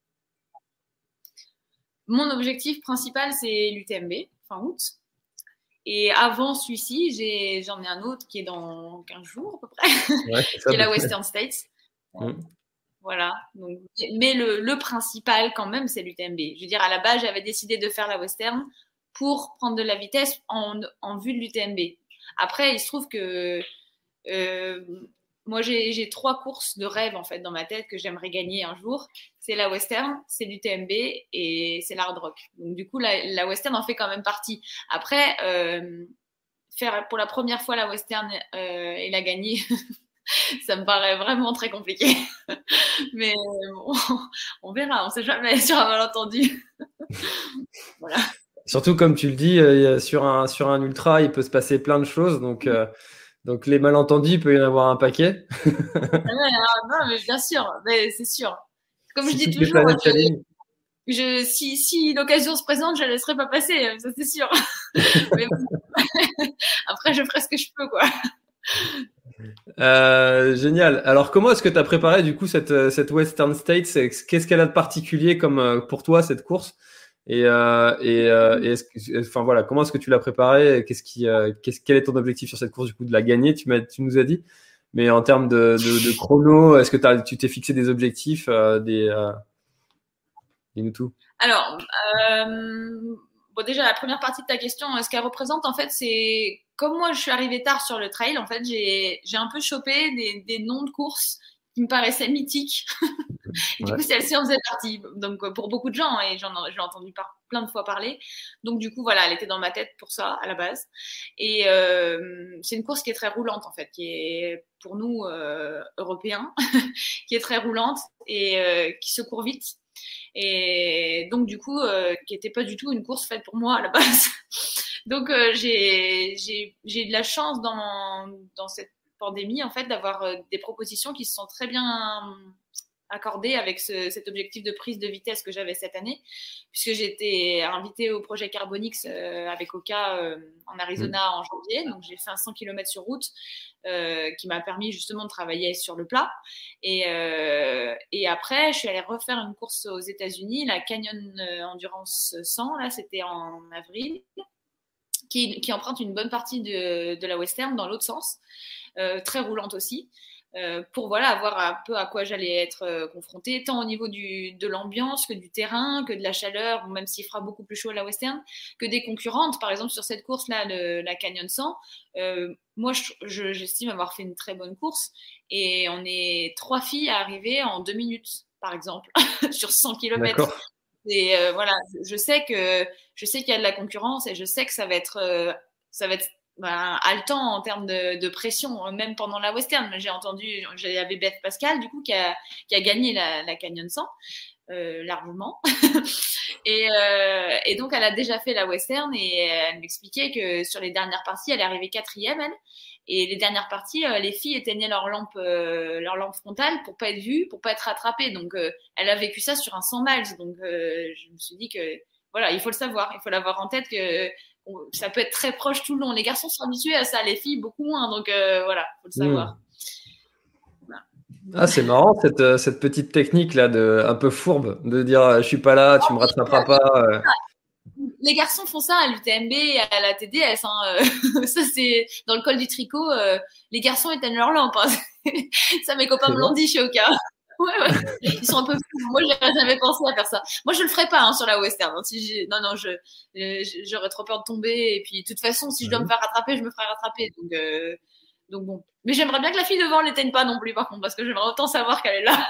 Mon objectif principal, c'est l'U T M B, fin août. Et avant celui-ci, j'ai, j'en ai un autre qui est dans quinze jours à peu près, Ouais, c'est ça, qui est la donc. Western States. Mmh. Voilà. Donc, mais le, le principal, quand même, c'est l'U T M B. Je veux dire, à la base, j'avais décidé de faire la Western pour prendre de la vitesse en, en vue de l'U T M B. Après, il se trouve que euh, moi, j'ai, j'ai trois courses de rêve, en fait, dans ma tête que j'aimerais gagner un jour. C'est la Western, c'est l'U T M B et c'est l'Hard Rock. Donc, du coup, la, la Western en fait quand même partie. Après, euh, faire pour la première fois la Western euh, et la gagner, ça me paraît vraiment très compliqué. Mais bon, on verra, on ne sait jamais sur un malentendu. Voilà. Surtout, comme tu le dis, euh, sur, un, sur un ultra, il peut se passer plein de choses. Donc, euh, donc les malentendus, il peut y en avoir un paquet. Ouais, non, mais bien sûr, mais c'est sûr. Comme Si je dis toutes les toujours, planètes je, s'alignent. je, si, si l'occasion se présente, je ne la laisserai pas passer, ça c'est sûr. Mais bon, après, je ferai ce que je peux, quoi. Euh, génial. Alors, comment est-ce que tu as préparé du coup cette, cette Western States? Qu'est-ce qu'elle a de particulier comme euh, pour toi cette course? Et, euh, et, euh, et est-ce que, enfin voilà, comment est-ce que tu l'as préparée? Qu'est-ce qui, euh, qu'est-ce, quel est ton objectif sur cette course du coup de la gagner? Tu m'as, tu nous as dit. Mais en termes de, de, de chrono, est-ce que t'as, tu t'es fixé des objectifs, euh, des, euh, dis-nous tout. Alors, euh, bon, déjà, la première partie de ta question, ce qu'elle représente, en fait, c'est comme moi, je suis arrivée tard sur le trail, en fait, j'ai, j'ai un peu chopé des, des noms de courses qui me paraissaient mythiques. Et du Ouais. coup, celle-ci en faisait partie. Donc, pour beaucoup de gens, et j'en ai entendu par, plein de fois parler. Donc, du coup, voilà, elle était dans ma tête pour ça, à la base. Et euh, c'est une course qui est très roulante, en fait, qui est, pour nous, euh, Européens, qui est très roulante et euh, qui se court vite. Et donc, du coup, euh, qui n'était pas du tout une course faite pour moi à la base. Donc euh, j'ai, j'ai, j'ai eu de la chance dans, dans cette pandémie, en fait, d'avoir euh, des propositions qui se sont très bien accordées avec ce, cet objectif de prise de vitesse que j'avais cette année, puisque j'étais invitée au projet Carbonix euh, avec Oka euh, en Arizona mmh. en janvier. Donc j'ai fait un cent kilomètres sur route euh, qui m'a permis justement de travailler sur le plat. Et, euh, et après, je suis allée refaire une course aux États-Unis, la Canyon Endurance cent, là, c'était en avril, qui, qui emprunte une bonne partie de, de la Western dans l'autre sens. Euh, très roulante aussi, euh, pour voilà, avoir un peu à quoi j'allais être euh, confrontée, tant au niveau du, de l'ambiance que du terrain, que de la chaleur, même s'il fera beaucoup plus chaud à la Western, que des concurrentes. Par exemple, sur cette course-là, le, la Canyon cent, euh, moi, je, je, j'estime avoir fait une très bonne course, et on est trois filles à arriver en deux minutes, par exemple, sur cent kilomètres. D'accord. Et euh, voilà, je sais que je sais qu'il y a de la concurrence, et je sais que ça va être, euh, ça va être Ben, haletant en termes de, de pression, même pendant la Western. J'ai entendu, j'avais Beth Pascal, du coup, qui a, qui a gagné la, la Canyon cent, euh, largement. et, euh, et donc, elle a déjà fait la Western, et elle m'expliquait que sur les dernières parties, elle est arrivée quatrième, elle. Et les dernières parties, euh, les filles éteignaient leur lampe, euh, leur lampe frontale pour pas être vues, pour pas être rattrapées. Donc, euh, elle a vécu ça sur un cent miles. Donc, euh, je me suis dit que, voilà, il faut le savoir, il faut l'avoir en tête que ça peut être très proche tout le long. Les garçons sont habitués à ça, les filles beaucoup moins. Donc euh, voilà, faut le savoir. Mmh. Voilà. Ah, c'est marrant cette, cette petite technique là, de un peu fourbe, de dire je suis pas là, tu me rattraperas pas. Euh. Les garçons font ça à l'U T M B et à la T D S. Hein. Ça c'est dans le col du tricot. Euh, les garçons éteignent leur lampe. Hein. Ça, mes copains c'est me l'ont dit chez Oka. Ouais, ouais. Ils sont un peu fous. Moi, j'aurais jamais pensé à faire ça. Moi, je le ferais pas hein, sur la Western. Hein. Si j'ai... Non, non, je, je, j'aurais trop peur de tomber. Et puis, de toute façon, si je dois me faire rattraper, je me ferai rattraper. Donc, euh... donc bon. Mais j'aimerais bien que la fille devant l'éteigne pas non plus, par contre, parce que j'aimerais autant savoir qu'elle est là.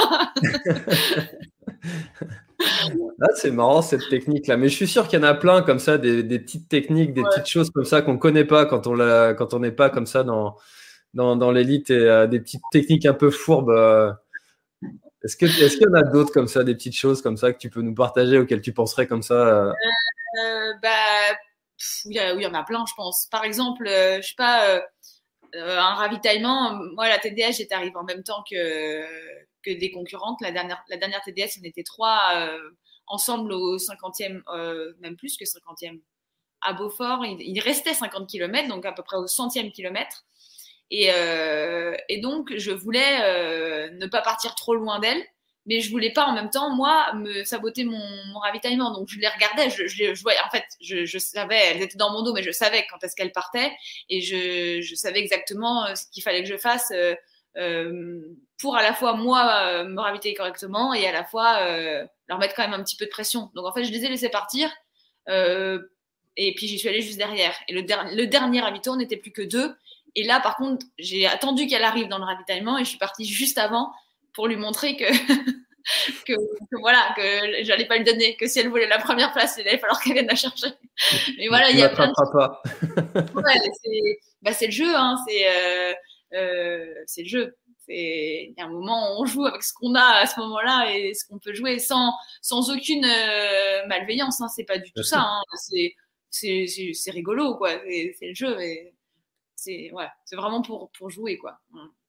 Ah, c'est marrant cette technique-là. Mais je suis sûr qu'il y en a plein comme ça, des, des petites techniques, des ouais. petites choses comme ça qu'on connaît pas quand on l'a, quand on n'est pas comme ça dans, dans, dans l'élite et euh, des petites techniques un peu fourbes. Euh... Est-ce, que, est-ce qu'il y en a d'autres comme ça, des petites choses comme ça que tu peux nous partager, auxquelles tu penserais comme ça euh... Euh, bah, pff, oui, il y en a plein, je pense. Par exemple, euh, je sais pas, euh, un ravitaillement. Moi, la T D S, j'étais arrivée en même temps que, que des concurrentes. La dernière, la dernière T D S, on était trois euh, ensemble au cinquantième, euh, même plus que cinquantième. À Beaufort, il, il restait cinquante kilomètres, donc à peu près au centième kilomètre. Et, euh, et donc, je voulais euh, ne pas partir trop loin d'elle, mais je voulais pas en même temps, moi, me saboter mon, mon ravitaillement. Donc, je les regardais, je, je, je voyais, en fait, je, je savais, elles étaient dans mon dos, mais je savais quand est-ce qu'elles partaient, et je, je savais exactement ce qu'il fallait que je fasse euh, euh, pour à la fois, moi, euh, me ravitailler correctement, et à la fois euh, leur mettre quand même un petit peu de pression. Donc, en fait, je les ai laissés partir, euh, et puis j'y suis allée juste derrière. Et le, der- le dernier ravito, on n'était plus que deux. Et là, par contre, j'ai attendu qu'elle arrive dans le ravitaillement et je suis partie juste avant pour lui montrer que, que, que voilà, que j'allais pas lui donner, que si elle voulait la première place, il allait falloir qu'elle vienne la chercher. Mais voilà, il y a plein de pas. Ouais, c'est, bah, c'est le jeu, hein, c'est, euh, euh, c'est le jeu. C'est, il y a un moment où on joue avec ce qu'on a à ce moment-là et ce qu'on peut jouer sans, sans aucune euh, malveillance. Hein, c'est pas du tout ça. Hein, c'est, c'est, c'est, c'est rigolo, quoi. C'est, c'est le jeu. Et, C'est, ouais, c'est vraiment pour, pour jouer, quoi.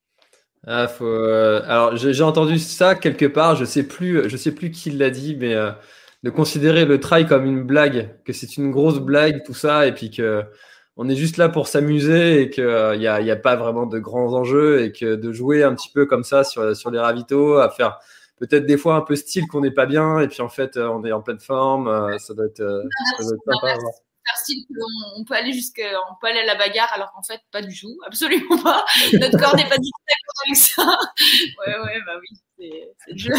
Ah, faut, euh, alors, j'ai, j'ai entendu ça quelque part, je sais plus, je sais plus qui l'a dit, mais euh, de considérer le trail comme une blague, que c'est une grosse blague, tout ça, et puis que on est juste là pour s'amuser et qu'il euh, y a, y a pas vraiment de grands enjeux et que de jouer un petit peu comme ça sur, sur les ravitaux, à faire peut-être des fois un peu style qu'on n'est pas bien, et puis en fait, on est en pleine forme, euh, ça doit être, euh, ça doit être sympa. Non, style qu'on on peut aller jusqu'à on peut aller à la bagarre alors qu'en fait pas du tout, absolument pas. Notre corps n'est pas du tout d'accord avec ça. Ouais ouais bah oui, c'est, c'est le jeu.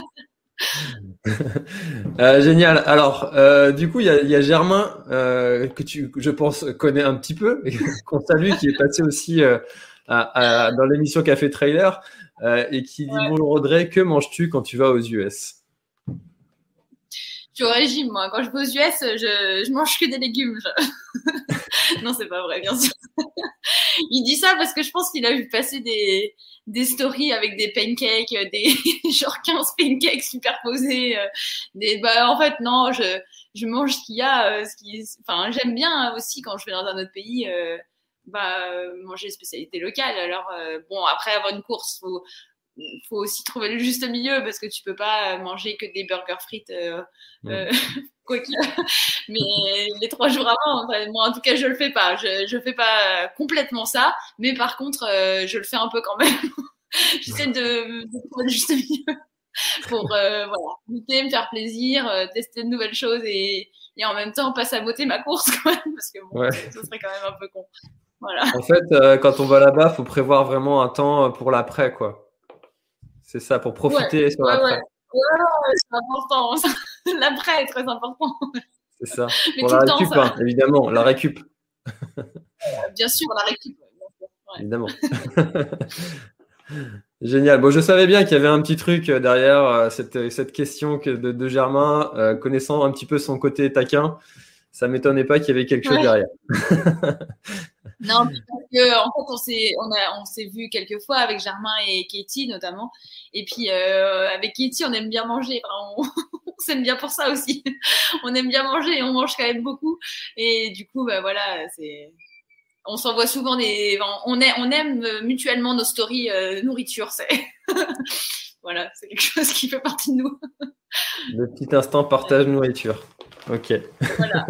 euh, génial. Alors euh, du coup il y a, y a Germain euh, que tu je pense connais un petit peu qu'on salue, qui est passé aussi euh, à, à, dans l'émission Café Trailer euh, et qui dit ouais. Bonjour Audrey, que manges-tu quand tu vas aux U S? Je suis au régime, moi. Quand je vais aux U S, je, je mange que des légumes. Je... non, c'est pas vrai, bien sûr. il dit ça parce que je pense qu'il a vu passer des, des stories avec des pancakes, des genre quinze pancakes superposés. Euh, des, bah, en fait, non, je, je mange ce qu'il y a. Euh, ce qui, enfin, j'aime bien aussi quand je vais dans un autre pays, euh, bah, manger des spécialités locales. Alors, euh, bon, après avoir une course, faut, faut aussi trouver le juste milieu parce que tu peux pas manger que des burgers frites. Euh, euh, quoi que, mais les trois jours avant, enfin, moi en tout cas je le fais pas, je je fais pas complètement ça, mais par contre euh, je le fais un peu quand même. J'essaie de, de trouver le juste milieu pour euh, voilà, goûter, me faire plaisir, euh, tester de nouvelles choses et, et en même temps pas saboter ma course quand même parce que bon, Ouais. ce serait quand même un peu con. Voilà. En fait, euh, quand on va là-bas, faut prévoir vraiment un temps pour l'après, quoi. C'est ça, pour profiter Ouais, sur ouais, l'après. ouais. Ouais, ouais, c'est important. L'après est très important. C'est ça. Mais Pour tout la le temps, récup, ça. hein, évidemment, la récup, Bien sûr, la récup. Ouais. évidemment. Génial. Bon, je savais bien qu'il y avait un petit truc derrière euh, cette, cette question que de, de Germain, euh, connaissant un petit peu son côté taquin. Ça m'étonnait pas qu'il y avait quelque chose Ouais. derrière. Non, parce que en fait, on s'est, on a, on s'est vu quelques fois avec Germain et Katie notamment. Et puis euh, avec Katie, on aime bien manger. Enfin, on, on s'aime bien pour ça aussi. On aime bien manger et on mange quand même beaucoup. Et du coup, bah voilà, c'est. On s'envoie souvent des. On, est, on aime mutuellement nos stories euh, nourriture. C'est. Voilà, c'est quelque chose qui fait partie de nous. Le petit instant partage nourriture. Ok. Voilà.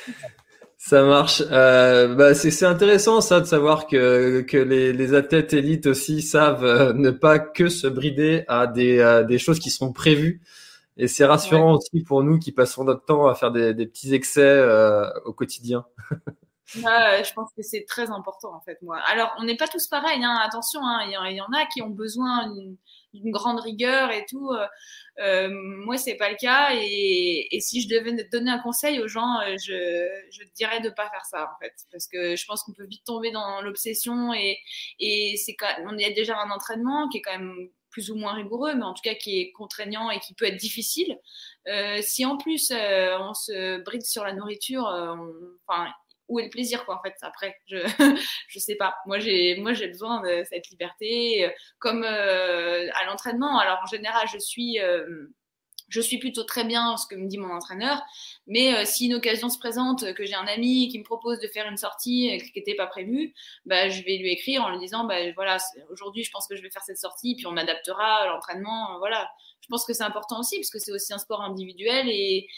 Ça marche. Euh, bah c'est, c'est intéressant ça de savoir que, que les, les athlètes élites aussi savent euh, ne pas que se brider à des, euh, des choses qui sont prévues. Et c'est rassurant Ouais. aussi pour nous qui passons notre temps à faire des, des petits excès euh, au quotidien. Ouais, je pense que c'est très important en fait, moi. Alors, on n'est pas tous pareils, hein, attention, hein, il y, en- il y en a qui ont besoin d'une, d'une grande rigueur et tout. Euh, euh, moi, c'est pas le cas. Et, et si je devais donner un conseil aux gens, euh, je, je dirais de pas faire ça en fait, parce que je pense qu'on peut vite tomber dans l'obsession et, et c'est quand on y a déjà un entraînement qui est quand même plus ou moins rigoureux, mais en tout cas qui est contraignant et qui peut être difficile. Euh, si en plus euh, on se bride sur la nourriture, euh, on, enfin où est le plaisir quoi en fait après je je sais pas moi j'ai moi j'ai besoin de cette liberté comme euh, à l'entraînement. Alors en général je suis euh, je suis plutôt très bien ce que me dit mon entraîneur, mais euh, si une occasion se présente, que j'ai un ami qui me propose de faire une sortie euh, qui n'était pas prévue, bah, je vais lui écrire en lui disant bah, voilà, aujourd'hui je pense que je vais faire cette sortie, puis on adaptera à l'entraînement. Euh, voilà. Je pense que c'est important aussi, parce que c'est aussi un sport individuel et,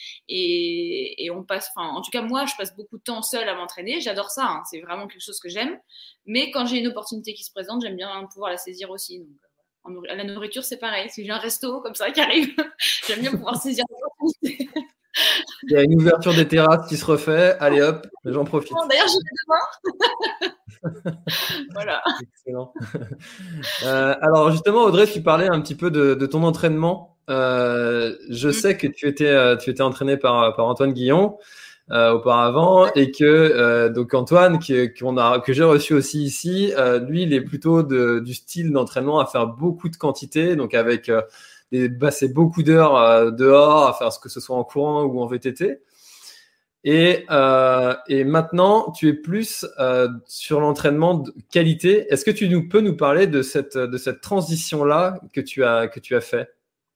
et, et on passe, enfin, en tout cas, moi, je passe beaucoup de temps seule à m'entraîner. J'adore ça, hein, c'est vraiment quelque chose que j'aime. Mais quand j'ai une opportunité qui se présente, j'aime bien pouvoir la saisir aussi. Donc, à la nourriture, c'est pareil. Si j'ai un resto comme ça qui arrive, j'aime bien pouvoir saisir l'opportunité. Il y a une ouverture des terrasses qui se refait. Allez hop, j'en profite. D'ailleurs, j'y vais demain. Voilà. Excellent. Euh, alors justement, Audrey, tu parlais un petit peu de, de ton entraînement. Euh, je mm. sais que tu étais, tu étais entraîné par, par Antoine Guillon euh, auparavant et que euh, donc Antoine, qui, qu'on a, que j'ai reçu aussi ici, euh, lui, il est plutôt de, du style d'entraînement à faire beaucoup de quantité, donc avec euh, des, passer beaucoup d'heures euh, dehors, à faire ce que ce soit en courant ou en V T T. Et, euh, et maintenant, tu es plus euh, sur l'entraînement de qualité. Est-ce que tu nous, peux nous parler de cette, de cette transition-là que tu as, que tu as fait?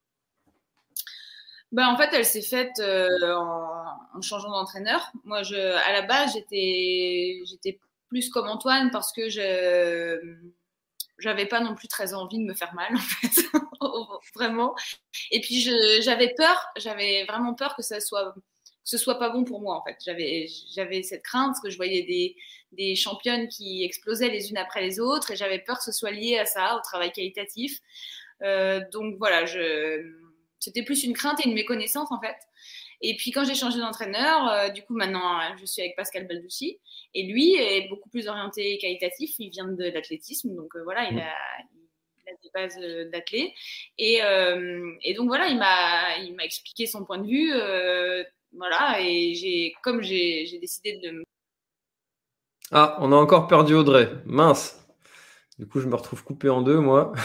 Ben, en fait, elle s'est faite euh, en, en changeant d'entraîneur. Moi, je, à la base, j'étais, j'étais plus comme Antoine parce que je j'avais pas non plus très envie de me faire mal, en fait, vraiment. Et puis, je, j'avais peur, j'avais vraiment peur que ça soit que ce soit pas bon pour moi en fait. J'avais j'avais cette crainte parce que je voyais des des championnes qui explosaient les unes après les autres et j'avais peur que ce soit lié à ça, au travail qualitatif. Euh, donc voilà, je c'était plus une crainte et une méconnaissance en fait. Et puis quand j'ai changé d'entraîneur, euh, du coup maintenant je suis avec Pascal Baldussi et lui est beaucoup plus orienté qualitatif. Il vient de l'athlétisme, donc euh, voilà, il a il a des bases d'athlète et euh, et donc voilà, il m'a il m'a expliqué son point de vue. Euh, Voilà, et j'ai, comme j'ai, j'ai décidé de... Ah, on a encore perdu Audrey. Mince. Du coup, je me retrouve coupé en deux, moi.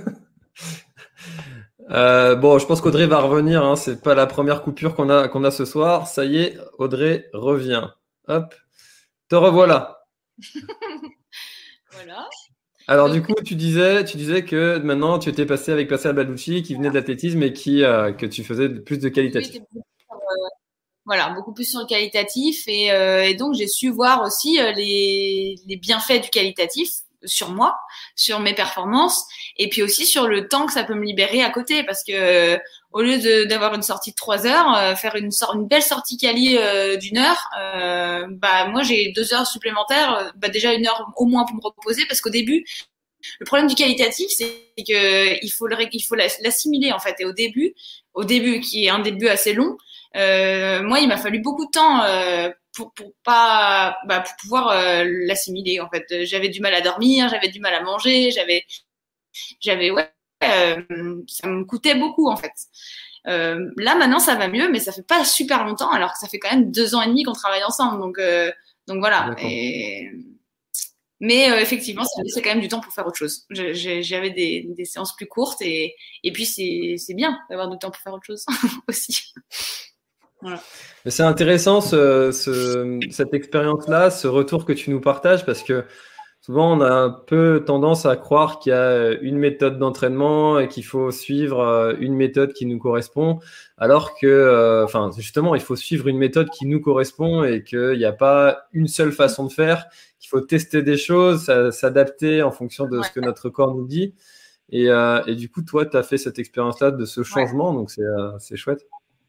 euh, bon, je pense qu'Audrey va revenir. Hein. C'est pas la première coupure qu'on a, qu'on a ce soir. Ça y est, Audrey revient. Hop, te revoilà. Voilà. Alors Donc, du coup, tu disais, tu disais que maintenant tu étais passé avec Pascal Balducci qui venait de l'athlétisme et qui, euh, que tu faisais plus de qualitatif. oui, voilà, beaucoup plus sur le qualitatif et, euh, et donc j'ai su voir aussi euh, les, les bienfaits du qualitatif sur moi, sur mes performances et puis aussi sur le temps que ça peut me libérer à côté parce que euh, au lieu de, d'avoir une sortie de trois heures, euh, faire une, sor- une belle sortie quali euh, d'une heure, euh, bah moi j'ai deux heures supplémentaires, euh, bah déjà une heure au moins pour me reposer parce qu'au début le problème du qualitatif c'est que il faut le, il faut l'assimiler en fait et au début, au début qui est un début assez long. Euh, moi, il m'a fallu beaucoup de temps euh, pour pour pas bah, pour pouvoir euh, l'assimiler. En fait, j'avais du mal à dormir, j'avais du mal à manger, j'avais j'avais ouais, euh, ça me coûtait beaucoup en fait. Euh, là maintenant, ça va mieux, mais ça fait pas super longtemps, alors que ça fait quand même deux ans et demi qu'on travaille ensemble. Donc euh, donc voilà. Et... Mais euh, effectivement, ça laissait quand même du temps pour faire autre chose. Je, je, j'avais des, des séances plus courtes et et puis c'est c'est bien d'avoir du temps pour faire autre chose aussi. Voilà. C'est intéressant ce, ce, cette expérience-là, ce retour que tu nous partages, parce que souvent on a un peu tendance à croire qu'il y a une méthode d'entraînement et qu'il faut suivre une méthode qui nous correspond, alors que, enfin, justement, il faut suivre une méthode qui nous correspond et qu'il n'y a pas une seule façon de faire, qu'il faut tester des choses, s'adapter en fonction de ce que notre corps nous dit. Et, euh, et du coup, toi, tu as fait cette expérience-là de ce changement, donc c'est, euh, c'est chouette.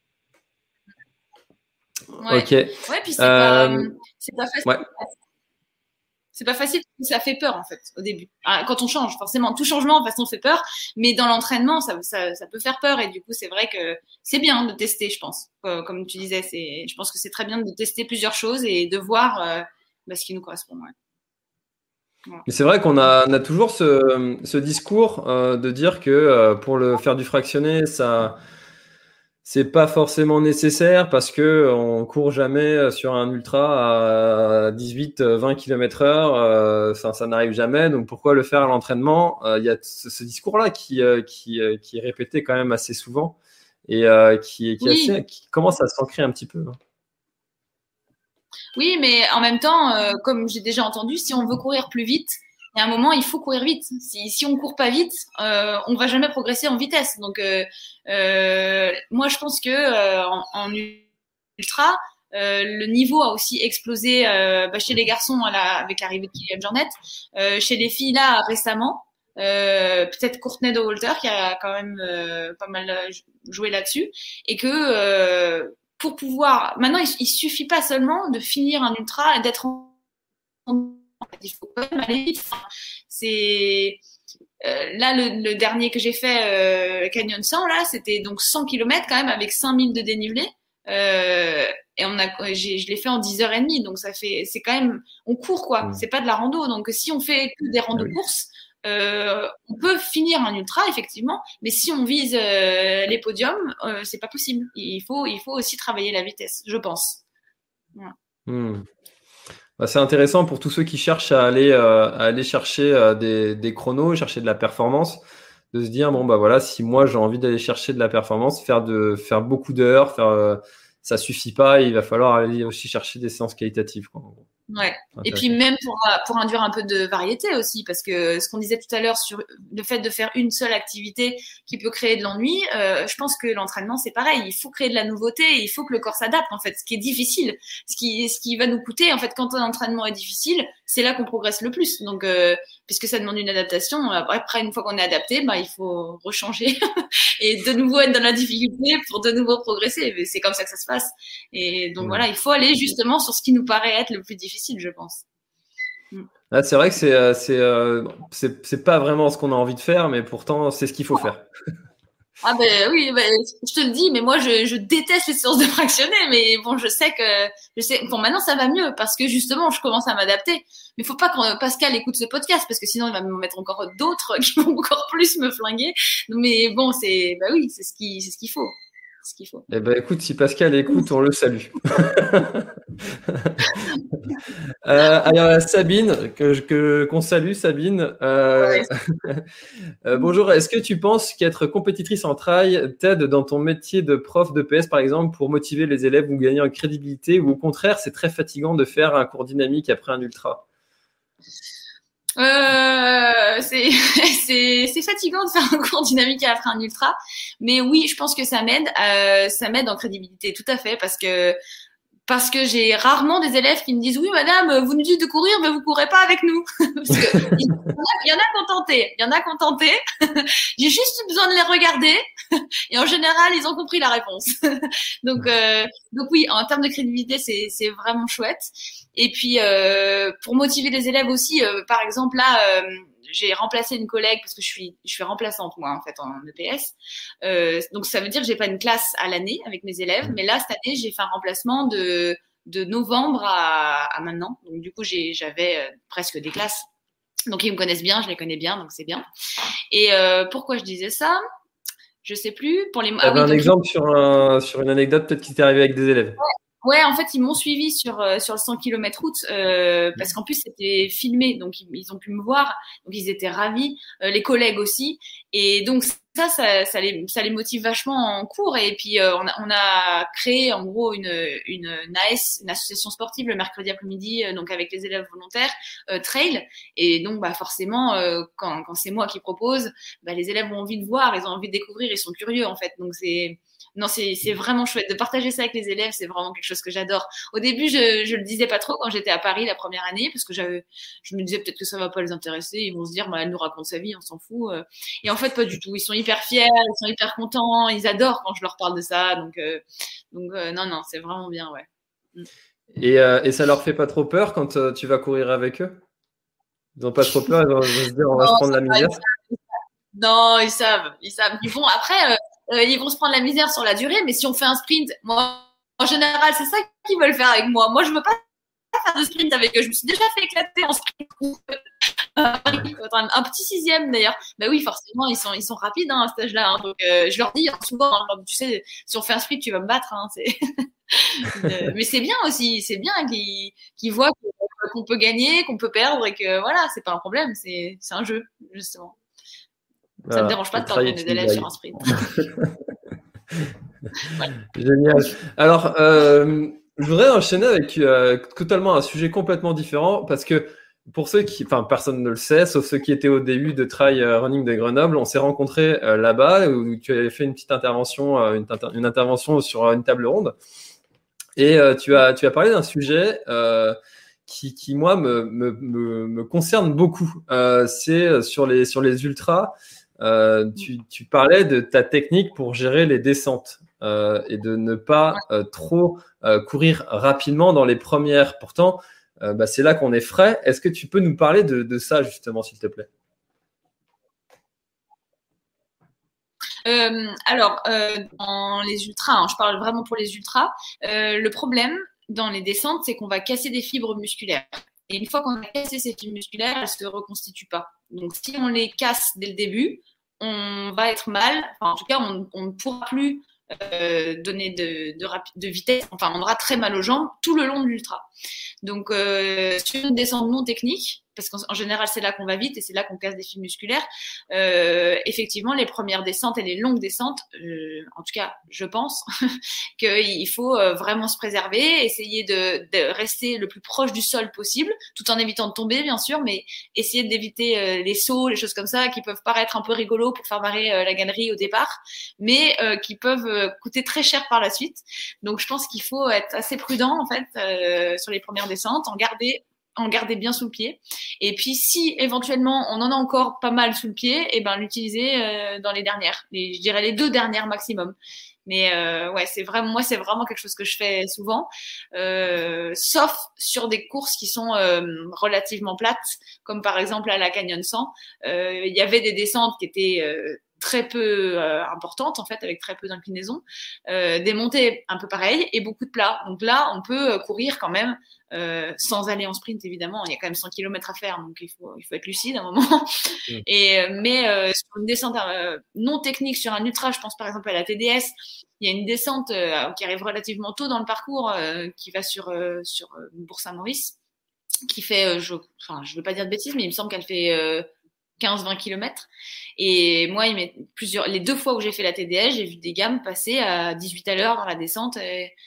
Ouais. Ok. Ouais, puis c'est euh... pas, c'est pas facile. Ouais. C'est pas facile, ça fait peur en fait au début. Alors, quand on change, forcément, tout changement de toute façon fait peur, mais dans l'entraînement, ça, ça, ça peut faire peur et du coup, c'est vrai que c'est bien de tester, je pense. Euh, comme tu disais, c'est, je pense que c'est très bien de tester plusieurs choses et de voir euh, bah, ce qui nous correspond. Ouais. Voilà. Mais c'est vrai qu'on a, on a toujours ce, ce discours euh, de dire que euh, pour le faire du fractionné, ça, c'est pas forcément nécessaire parce que on court jamais sur un ultra à dix-huit vingt kilomètres heure, euh, ça, ça n'arrive jamais. Donc pourquoi le faire à l'entraînement? Il euh, y a ce, ce discours-là qui, euh, qui, euh, qui est répété quand même assez souvent et euh, qui, qui, oui. assez, qui commence à s'ancrer un petit peu. Oui, mais en même temps, euh, comme j'ai déjà entendu, si on veut courir plus vite, il y a un moment, il faut courir vite. Si, si on court pas vite, euh, on va jamais progresser en vitesse. Donc, euh, euh, moi, je pense que euh, en, en ultra, euh, le niveau a aussi explosé euh, bah, chez les garçons à la, avec l'arrivée de Kylian Jornet, euh, chez les filles là récemment. Euh, peut-être Courtney Dauwalter qui a quand même euh, pas mal joué là-dessus et que euh, pour pouvoir maintenant il, il suffit pas seulement de finir un ultra et d'être en il faut quand même aller vite. C'est euh, là le, le dernier que j'ai fait euh, Canyon cent là c'était donc cent kilomètres quand même avec cinq mille de dénivelé euh, et on a j'ai, je l'ai fait en dix heures trente donc ça fait c'est quand même on court quoi mmh. C'est pas de la rando donc si on fait que des randos oui. courses euh, on peut finir un ultra effectivement mais si on vise euh, les podiums euh, c'est pas possible il faut il faut aussi travailler la vitesse je pense voilà. mmh. Bah, c'est intéressant pour tous ceux qui cherchent à aller euh, à aller chercher euh, des, des chronos, chercher de la performance, de se dire bon bah voilà si moi j'ai envie d'aller chercher de la performance, faire de faire beaucoup d'heures, faire euh, ça suffit pas, il va falloir aller aussi chercher des séances qualitatives quoi. Ouais. Et puis même pour pour induire un peu de variété aussi, parce que ce qu'on disait tout à l'heure sur le fait de faire une seule activité qui peut créer de l'ennui, euh, je pense que l'entraînement c'est pareil. Il faut créer de la nouveauté, et il faut que le corps s'adapte en fait. Ce qui est difficile, ce qui ce qui va nous coûter en fait quand un entraînement est difficile, c'est là qu'on progresse le plus. Donc euh, puisque ça demande une adaptation, après une fois qu'on est adapté, bah il faut rechanger et de nouveau être dans la difficulté pour de nouveau progresser. Mais c'est comme ça que ça se passe. Et donc ouais. Voilà, il faut aller justement sur ce qui nous paraît être le plus difficile. Je pense. Ah, c'est vrai que c'est, c'est, euh, c'est, c'est pas vraiment ce qu'on a envie de faire, mais pourtant, c'est ce qu'il faut faire. Ah ben oui, ben, je te le dis, mais moi, je, je déteste les séances de fractionner, mais bon, je sais que, je sais, bon, maintenant, ça va mieux parce que justement, je commence à m'adapter. Mais il faut pas que Pascal écoute ce podcast parce que sinon, il va me mettre encore d'autres qui vont encore plus me flinguer. Mais bon, c'est, bah oui, c'est ce qui, c'est ce qu'il faut. Ce qu'il faut. Eh ben, écoute, si Pascal écoute, on le salue. euh, alors, Sabine, que, que, qu'on salue, Sabine. Euh, ouais. euh, bonjour, est-ce que tu penses qu'être compétitrice en trail t'aide dans ton métier de prof de P S, par exemple, pour motiver les élèves ou gagner en crédibilité, ou au contraire, c'est très fatigant de faire un cours dynamique après un ultra? Euh, c'est, c'est, c'est fatigant de faire un cours dynamique après un ultra, mais oui, je pense que ça m'aide, euh, ça m'aide en crédibilité, tout à fait, parce que parce que j'ai rarement des élèves qui me disent oui madame, vous nous dites de courir, mais vous courez pas avec nous. Parce que il y en a, il y en a qui ont tenté, il y en a qui ont tenté. J'ai juste besoin de les regarder, et en général, ils ont compris la réponse. donc, euh, donc oui, en termes de crédibilité, c'est, c'est vraiment chouette. Et puis, euh, pour motiver les élèves aussi, euh, par exemple là, euh, j'ai remplacé une collègue parce que je suis, je suis remplaçante moi en fait en E P S. Euh, donc ça veut dire que j'ai pas une classe à l'année avec mes élèves, mais là cette année j'ai fait un remplacement de de novembre à, à maintenant. Donc du coup j'ai, j'avais euh, presque des classes. Donc ils me connaissent bien, je les connais bien, donc c'est bien. Et euh, pourquoi je disais ça? Je sais plus. Pour les. Tu avais ah oui, un exemple sur un sur une anecdote peut-être qui t'est arrivé avec des élèves. Ouais. Ouais, en fait, ils m'ont suivi sur euh, sur le cent kilomètres route euh, parce qu'en plus c'était filmé, donc ils, ils ont pu me voir, donc ils étaient ravis, euh, les collègues aussi, et donc ça, ça, ça les ça les motive vachement en cours. Et puis euh, on a on a créé en gros une une, une A S, une association sportive le mercredi après-midi, euh, donc avec les élèves volontaires euh, trail, et donc bah forcément euh, quand quand c'est moi qui propose, bah les élèves ont envie de voir, ils ont envie de découvrir, ils sont curieux en fait, donc c'est Non, c'est, c'est vraiment chouette de partager ça avec les élèves. C'est vraiment quelque chose que j'adore. Au début, je, je le disais pas trop quand j'étais à Paris la première année, parce que j'avais, je me disais peut-être que ça va pas les intéresser. Ils vont se dire, bah, elle nous raconte sa vie, on s'en fout. Et en fait, pas du tout. Ils sont hyper fiers, ils sont hyper contents, ils adorent quand je leur parle de ça. Donc, euh, donc euh, non, non, c'est vraiment bien, ouais. Et, euh, et ça leur fait pas trop peur quand euh, tu vas courir avec eux? Ils ont pas trop peur, ils vont se dire, on va non, se prendre la misère. Non, ils savent, ils savent. Ils vont après. Euh, Euh, ils vont se prendre la misère sur la durée, mais si on fait un sprint, moi, en général, c'est ça qu'ils veulent faire avec moi. Moi, je veux pas faire de sprint avec eux. Je me suis déjà fait éclater en sprint. Un petit sixième d'ailleurs. Bah oui, forcément, ils sont, ils sont rapides hein, à cet âge-là. Hein. Donc, euh, je leur dis hein, souvent, hein, tu sais, si on fait un sprint, tu vas me battre. Hein, c'est... mais c'est bien aussi, c'est bien qu'ils, qu'ils voient qu'on peut gagner, qu'on peut perdre et que voilà, c'est pas un problème, c'est, c'est un jeu justement. Ça ne me dérange pas de perdre des élèves sur un sprint. Ouais. Génial. Alors, euh, je voudrais enchaîner avec euh, totalement un sujet complètement différent parce que pour ceux qui, enfin, personne ne le sait, sauf ceux qui étaient au début de Trail Running de Grenoble, on s'est rencontrés euh, là-bas où tu avais fait une petite intervention, euh, une, une intervention sur une table ronde et euh, tu as, tu as parlé d'un sujet euh, qui, qui moi me, me, me, me concerne beaucoup. Euh, c'est sur les, sur les ultras. Euh, tu, tu parlais de ta technique pour gérer les descentes euh, et de ne pas euh, trop euh, courir rapidement dans les premières. Pourtant, euh, bah, c'est là qu'on est frais. Est-ce que tu peux nous parler de, de ça justement, s'il te plaît? euh, Alors, euh, dans les ultras, hein, je parle vraiment pour les ultras, euh, le problème dans les descentes, c'est qu'on va casser des fibres musculaires. Et une fois qu'on a cassé ces fibres musculaires, elles ne se reconstituent pas. Donc, si on les casse dès le début, on va être mal. Enfin, en tout cas, on, on ne pourra plus euh, donner de, de, rapi- de vitesse. Enfin, on aura très mal aux jambes tout le long de l'ultra. Donc, euh, sur une descente non technique, parce qu'en général, c'est là qu'on va vite et c'est là qu'on casse des fibres musculaires, euh, effectivement, les premières descentes et les longues descentes, euh, en tout cas, je pense qu'il faut vraiment se préserver, essayer de, de rester le plus proche du sol possible, tout en évitant de tomber, bien sûr, mais essayer d'éviter euh, les sauts, les choses comme ça, qui peuvent paraître un peu rigolos pour faire marrer euh, la galerie au départ, mais euh, qui peuvent euh, coûter très cher par la suite. Donc, je pense qu'il faut être assez prudent, en fait, euh, sur les premières descentes, en garder en garder bien sous le pied. Et puis, si éventuellement on en a encore pas mal sous le pied, et ben l'utiliser euh, dans les dernières, les, je dirais les deux dernières maximum. Mais euh, ouais, c'est vraiment moi, c'est vraiment quelque chose que je fais souvent, euh, sauf sur des courses qui sont euh, relativement plates, comme par exemple à la Canyon cent. Euh, il y avait des descentes qui étaient euh, très peu euh, importantes en fait, avec très peu d'inclinaison, euh, des montées un peu pareilles et beaucoup de plats. Donc là, on peut courir quand même. Euh, sans aller en sprint évidemment, il y a quand même cent kilomètres à faire, donc il faut il faut être lucide à un moment. Mmh. Et mais euh, sur une descente euh, non technique sur un ultra, je pense par exemple à la T D S, il y a une descente euh, qui arrive relativement tôt dans le parcours, euh, qui va sur euh, sur euh, Bourg-Saint-Maurice, qui fait, euh, je enfin je veux pas dire de bêtises, mais il me semble qu'elle fait euh, quinze vingt kilomètres. Et moi, il met plusieurs les deux fois où j'ai fait la T D S, j'ai vu des gammes passer à dix-huit à l'heure dans la descente. Et,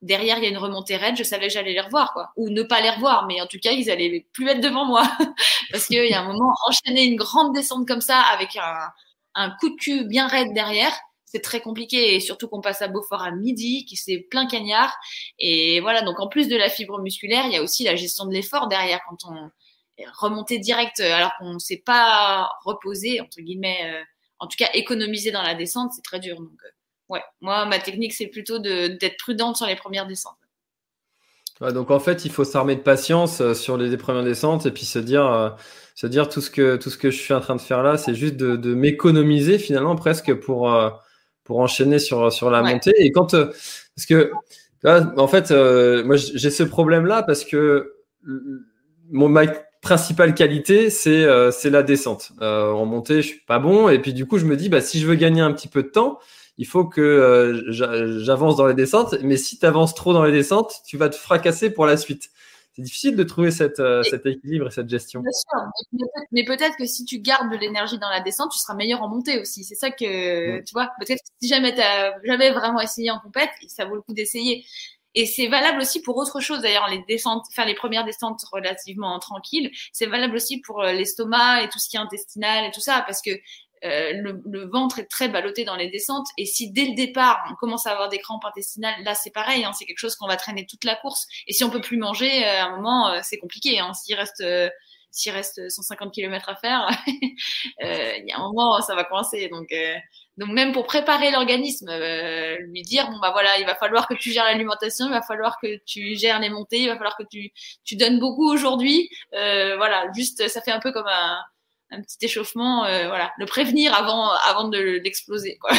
derrière il y a une remontée raide, je savais que j'allais les revoir, quoi, ou ne pas les revoir, mais en tout cas ils allaient plus être devant moi parce qu'il y a un moment, enchaîner une grande descente comme ça avec un, un coup de cul bien raide derrière, c'est très compliqué, et surtout qu'on passe à Beaufort à midi, qui c'est plein cagnard, et voilà. Donc en plus de la fibre musculaire, il y a aussi la gestion de l'effort derrière, quand on remonter direct alors qu'on ne s'est pas reposé, entre guillemets, euh, en tout cas économiser dans la descente, c'est très dur. Donc euh, ouais, moi ma technique c'est plutôt de, d'être prudente sur les premières descentes. Ouais, donc en fait, il faut s'armer de patience euh, sur les, les premières descentes, et puis se dire, euh, se dire tout ce que tout ce que je suis en train de faire là, c'est juste de, de m'économiser finalement presque pour euh, pour enchaîner sur sur la Ouais. montée. Et quand euh, parce que là, en fait, euh, moi j'ai ce problème là parce que mon ma principale qualité c'est euh, c'est la descente. Euh, en montée, je suis pas bon, et puis du coup je me dis bah si je veux gagner un petit peu de temps, il faut que euh, j'avance dans les descentes, mais si tu avances trop dans les descentes, tu vas te fracasser pour la suite. C'est difficile de trouver cette, euh, cet équilibre et cette gestion. Bien sûr, mais peut-être, mais peut-être que si tu gardes de l'énergie dans la descente, tu seras meilleur en montée aussi. C'est ça que, mmh. tu vois, peut-être que si jamais tu n'as jamais vraiment essayé en compète, ça vaut le coup d'essayer. Et c'est valable aussi pour autre chose, d'ailleurs, les descentes, faire les premières descentes relativement tranquilles, c'est valable aussi pour l'estomac et tout ce qui est intestinal et tout ça, parce que Euh, le, le ventre est très ballotté dans les descentes, et si dès le départ on commence à avoir des crampes intestinales, là c'est pareil, hein, c'est quelque chose qu'on va traîner toute la course, et si on peut plus manger, euh, à un moment euh, c'est compliqué, hein, s'il reste euh, s'il reste cent cinquante kilomètres à faire, euh, il y a un moment ça va coincer, donc euh, donc même pour préparer l'organisme, euh, lui dire bon bah voilà, il va falloir que tu gères l'alimentation, il va falloir que tu gères les montées, il va falloir que tu tu donnes beaucoup aujourd'hui, euh, voilà, juste ça fait un peu comme un un petit échauffement, euh, voilà, le prévenir avant, avant de d'exploser, quoi.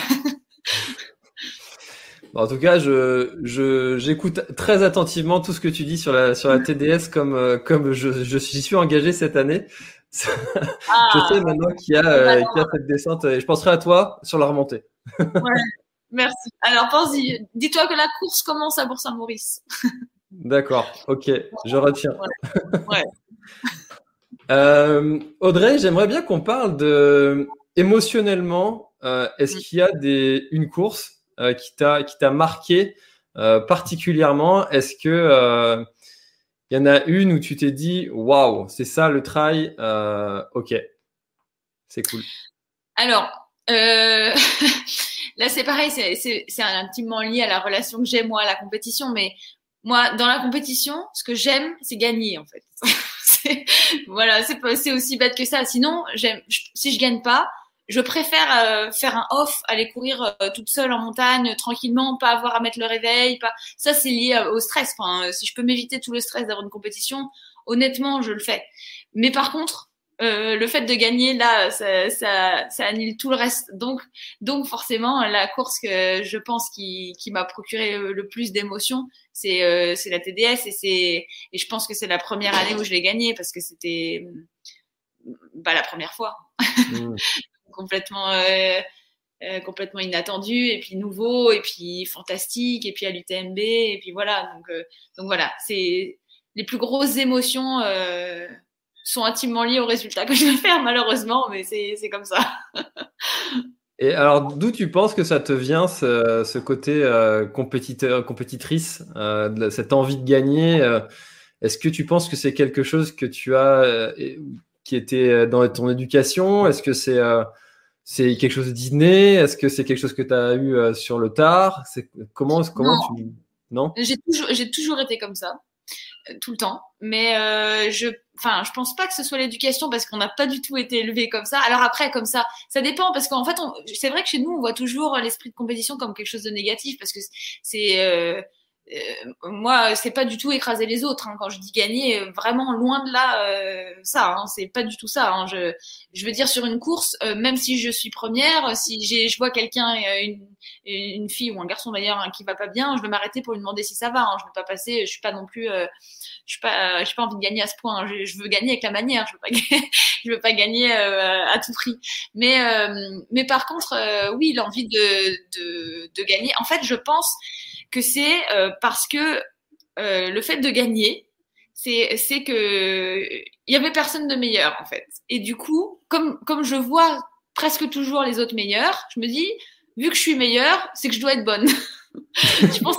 En tout cas, je, je, j'écoute très attentivement tout ce que tu dis sur la, sur la T D S, comme, comme je, je suis engagé cette année. Ah, je sais maintenant qu'il y a, euh, qu'il y a cette descente, et je penserai à toi sur la remontée. Ouais, merci. Alors, pense-y, dis-toi que la course commence à Bourg-Saint-Maurice. D'accord, ok, je retiens. Ouais. Ouais. Euh, Audrey, j'aimerais bien qu'on parle de émotionnellement. Euh, est-ce qu'il y a des une course euh, qui t'a qui t'a marqué euh, particulièrement? Est-ce que euh, il y en a une où tu t'es dit waouh, c'est ça le trail, euh, ok, c'est cool. Alors euh... là c'est pareil, c'est c'est c'est intimement lié à la relation que j'ai moi à la compétition, mais moi dans la compétition, ce que j'aime, c'est gagner en fait. Voilà, c'est c'est aussi bête que ça. Sinon, j'aime, je, si je gagne pas, je préfère euh, faire un off, aller courir euh, toute seule en montagne, tranquillement, pas avoir à mettre le réveil. Pas... Ça, c'est lié euh, au stress. Enfin, euh, si je peux m'éviter tout le stress d'avoir une compétition, honnêtement, je le fais. Mais par contre, euh, le fait de gagner, là, ça, ça, ça annule tout le reste. Donc, donc forcément, la course que je pense qui, qui m'a procuré le, le plus d'émotions, c'est, euh, c'est la T D S, et c'est, et je pense que c'est la première année où je l'ai gagnée, parce que c'était, bah, la première fois. Mmh. complètement, euh, euh, complètement inattendu, et puis nouveau, et puis fantastique, et puis à l'U T M B, et puis voilà. Donc, euh, donc voilà, c'est les plus grosses émotions, euh, sont intimement liées au résultat que je vais faire, malheureusement, mais c'est, c'est comme ça. Et alors, d'où tu penses que ça te vient, ce, ce côté euh, compétiteur, compétitrice, euh, de, cette envie de gagner euh, est-ce que tu penses que c'est quelque chose que tu as, euh, qui était dans ton éducation? Est-ce que c'est, euh, c'est quelque chose d'inné? Est-ce que c'est quelque chose que tu as eu euh, sur le tard? C'est, comment comment non. tu... Non, j'ai toujours, j'ai toujours été comme ça. Tout le temps, mais euh, je, enfin, je pense pas que ce soit l'éducation, parce qu'on n'a pas du tout été élevé comme ça. Alors après, comme ça, ça dépend, parce qu'en fait, on, c'est vrai que chez nous, on voit toujours l'esprit de compétition comme quelque chose de négatif, parce que c'est, euh, euh, moi, c'est pas du tout écraser les autres. Hein. Quand je dis gagner, vraiment loin de là, euh, ça, hein, c'est pas du tout ça. Hein. Je, je veux dire, sur une course, euh, même si je suis première, si j'ai, je vois quelqu'un, une, une fille ou un garçon d'ailleurs, hein, qui va pas bien, je vais m'arrêter pour lui demander si ça va. Hein. Je veux pas passer, je suis pas non plus, euh, je suis pas, euh, j'ai pas envie de gagner à ce point. Hein. Je, je veux gagner avec la manière. Je veux pas, gagner, je veux pas gagner euh, à tout prix. Mais, euh, mais par contre, euh, oui, l'envie de, de, de gagner. En fait, je pense que c'est euh, parce que euh, le fait de gagner, c'est, c'est que il y avait personne de meilleur en fait. Et du coup, comme comme je vois presque toujours les autres meilleurs, je me dis, vu que je suis meilleure, c'est que je dois être bonne. je pense,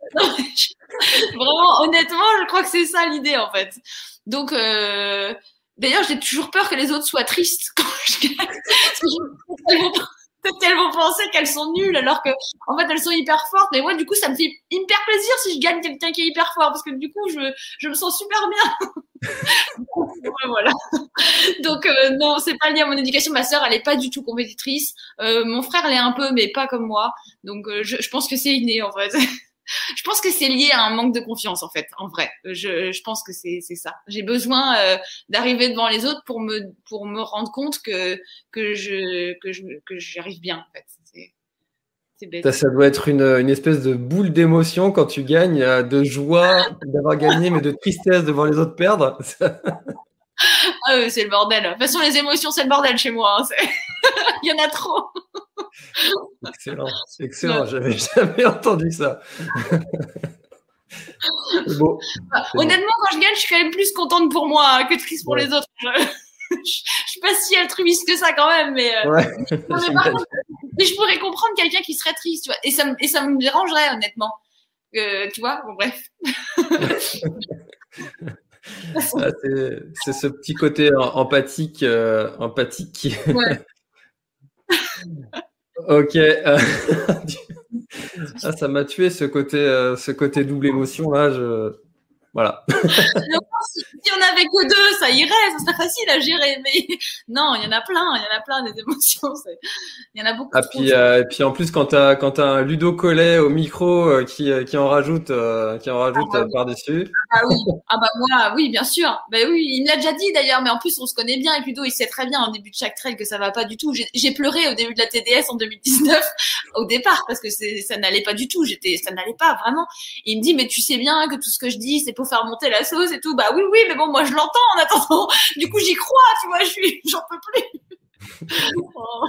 Vraiment, honnêtement, je crois que c'est ça l'idée en fait. Donc, euh... d'ailleurs, j'ai toujours peur que les autres soient tristes quand je gagne. Peut-être qu'elles vont penser qu'elles sont nulles alors que, en fait, elles sont hyper fortes. Mais ouais, du coup, ça me fait hyper plaisir si je gagne quelqu'un qui est hyper fort parce que du coup, je, je me sens super bien. Ouais, voilà. Donc, euh, non, c'est pas lié à mon éducation. Ma sœur, elle est pas du tout compétitrice. Euh, mon frère l'est un peu, mais pas comme moi. Donc, euh, je, je pense que c'est inné, en fait. Je pense que c'est lié à un manque de confiance, en fait, en vrai. Je, je pense que c'est, c'est ça. J'ai besoin euh, d'arriver devant les autres pour me, pour me rendre compte que, que je, que je, que j'arrive bien, en fait. C'est, c'est bête. Ça, ça doit être une, une espèce de boule d'émotion quand tu gagnes, de joie d'avoir gagné, mais de tristesse de voir les autres perdre. Ah, euh, c'est le bordel. De toute façon, les émotions, c'est le bordel chez moi. Hein. C'est... Il y en a trop. Excellent, excellent. Ouais. J'avais jamais entendu ça. Bon, bah, honnêtement, bon. Quand je gagne, je suis quand même plus contente pour moi que triste pour ouais. les autres. Je... je suis pas si altruiste que ça quand même, mais, euh... ouais. non, mais, par contre, mais je pourrais comprendre quelqu'un qui serait triste, tu vois. Et ça me, et ça me dérangerait, honnêtement. Euh, tu vois, bon, bref. Ah, c'est, c'est ce petit côté empathique, euh, empathique qui. Ouais. Ok. Euh... ah, ça m'a tué ce côté, euh, ce côté double émotion là. Je... Voilà. si, si on n'avait que deux, ça irait, ça serait facile à gérer. Mais non, il y en a plein, il y en a plein des émotions. C'est... Il y en a beaucoup. Ah, trop, puis, euh, et puis en plus, quand t'as quand t'as un Ludo Collet au micro euh, qui qui en rajoute, euh, qui en rajoute ah, bah, oui. par dessus. Ah oui. Ah bah moi, oui, bien sûr. Bah oui, il me l'a déjà dit d'ailleurs, mais en plus on se connaît bien. Et Ludo, il sait très bien au début de chaque trail que ça va pas du tout. J'ai, j'ai pleuré au début de la T D S en deux mille dix-neuf au départ parce que c'est, ça n'allait pas du tout. J'étais, ça n'allait pas vraiment. Et il me dit, mais tu sais bien que tout ce que je dis, c'est pour faire monter la sauce et tout. Bah oui, oui, mais bon, moi je l'entends en attendant. Du coup, j'y crois, tu vois. Je suis, j'en peux plus. Oh.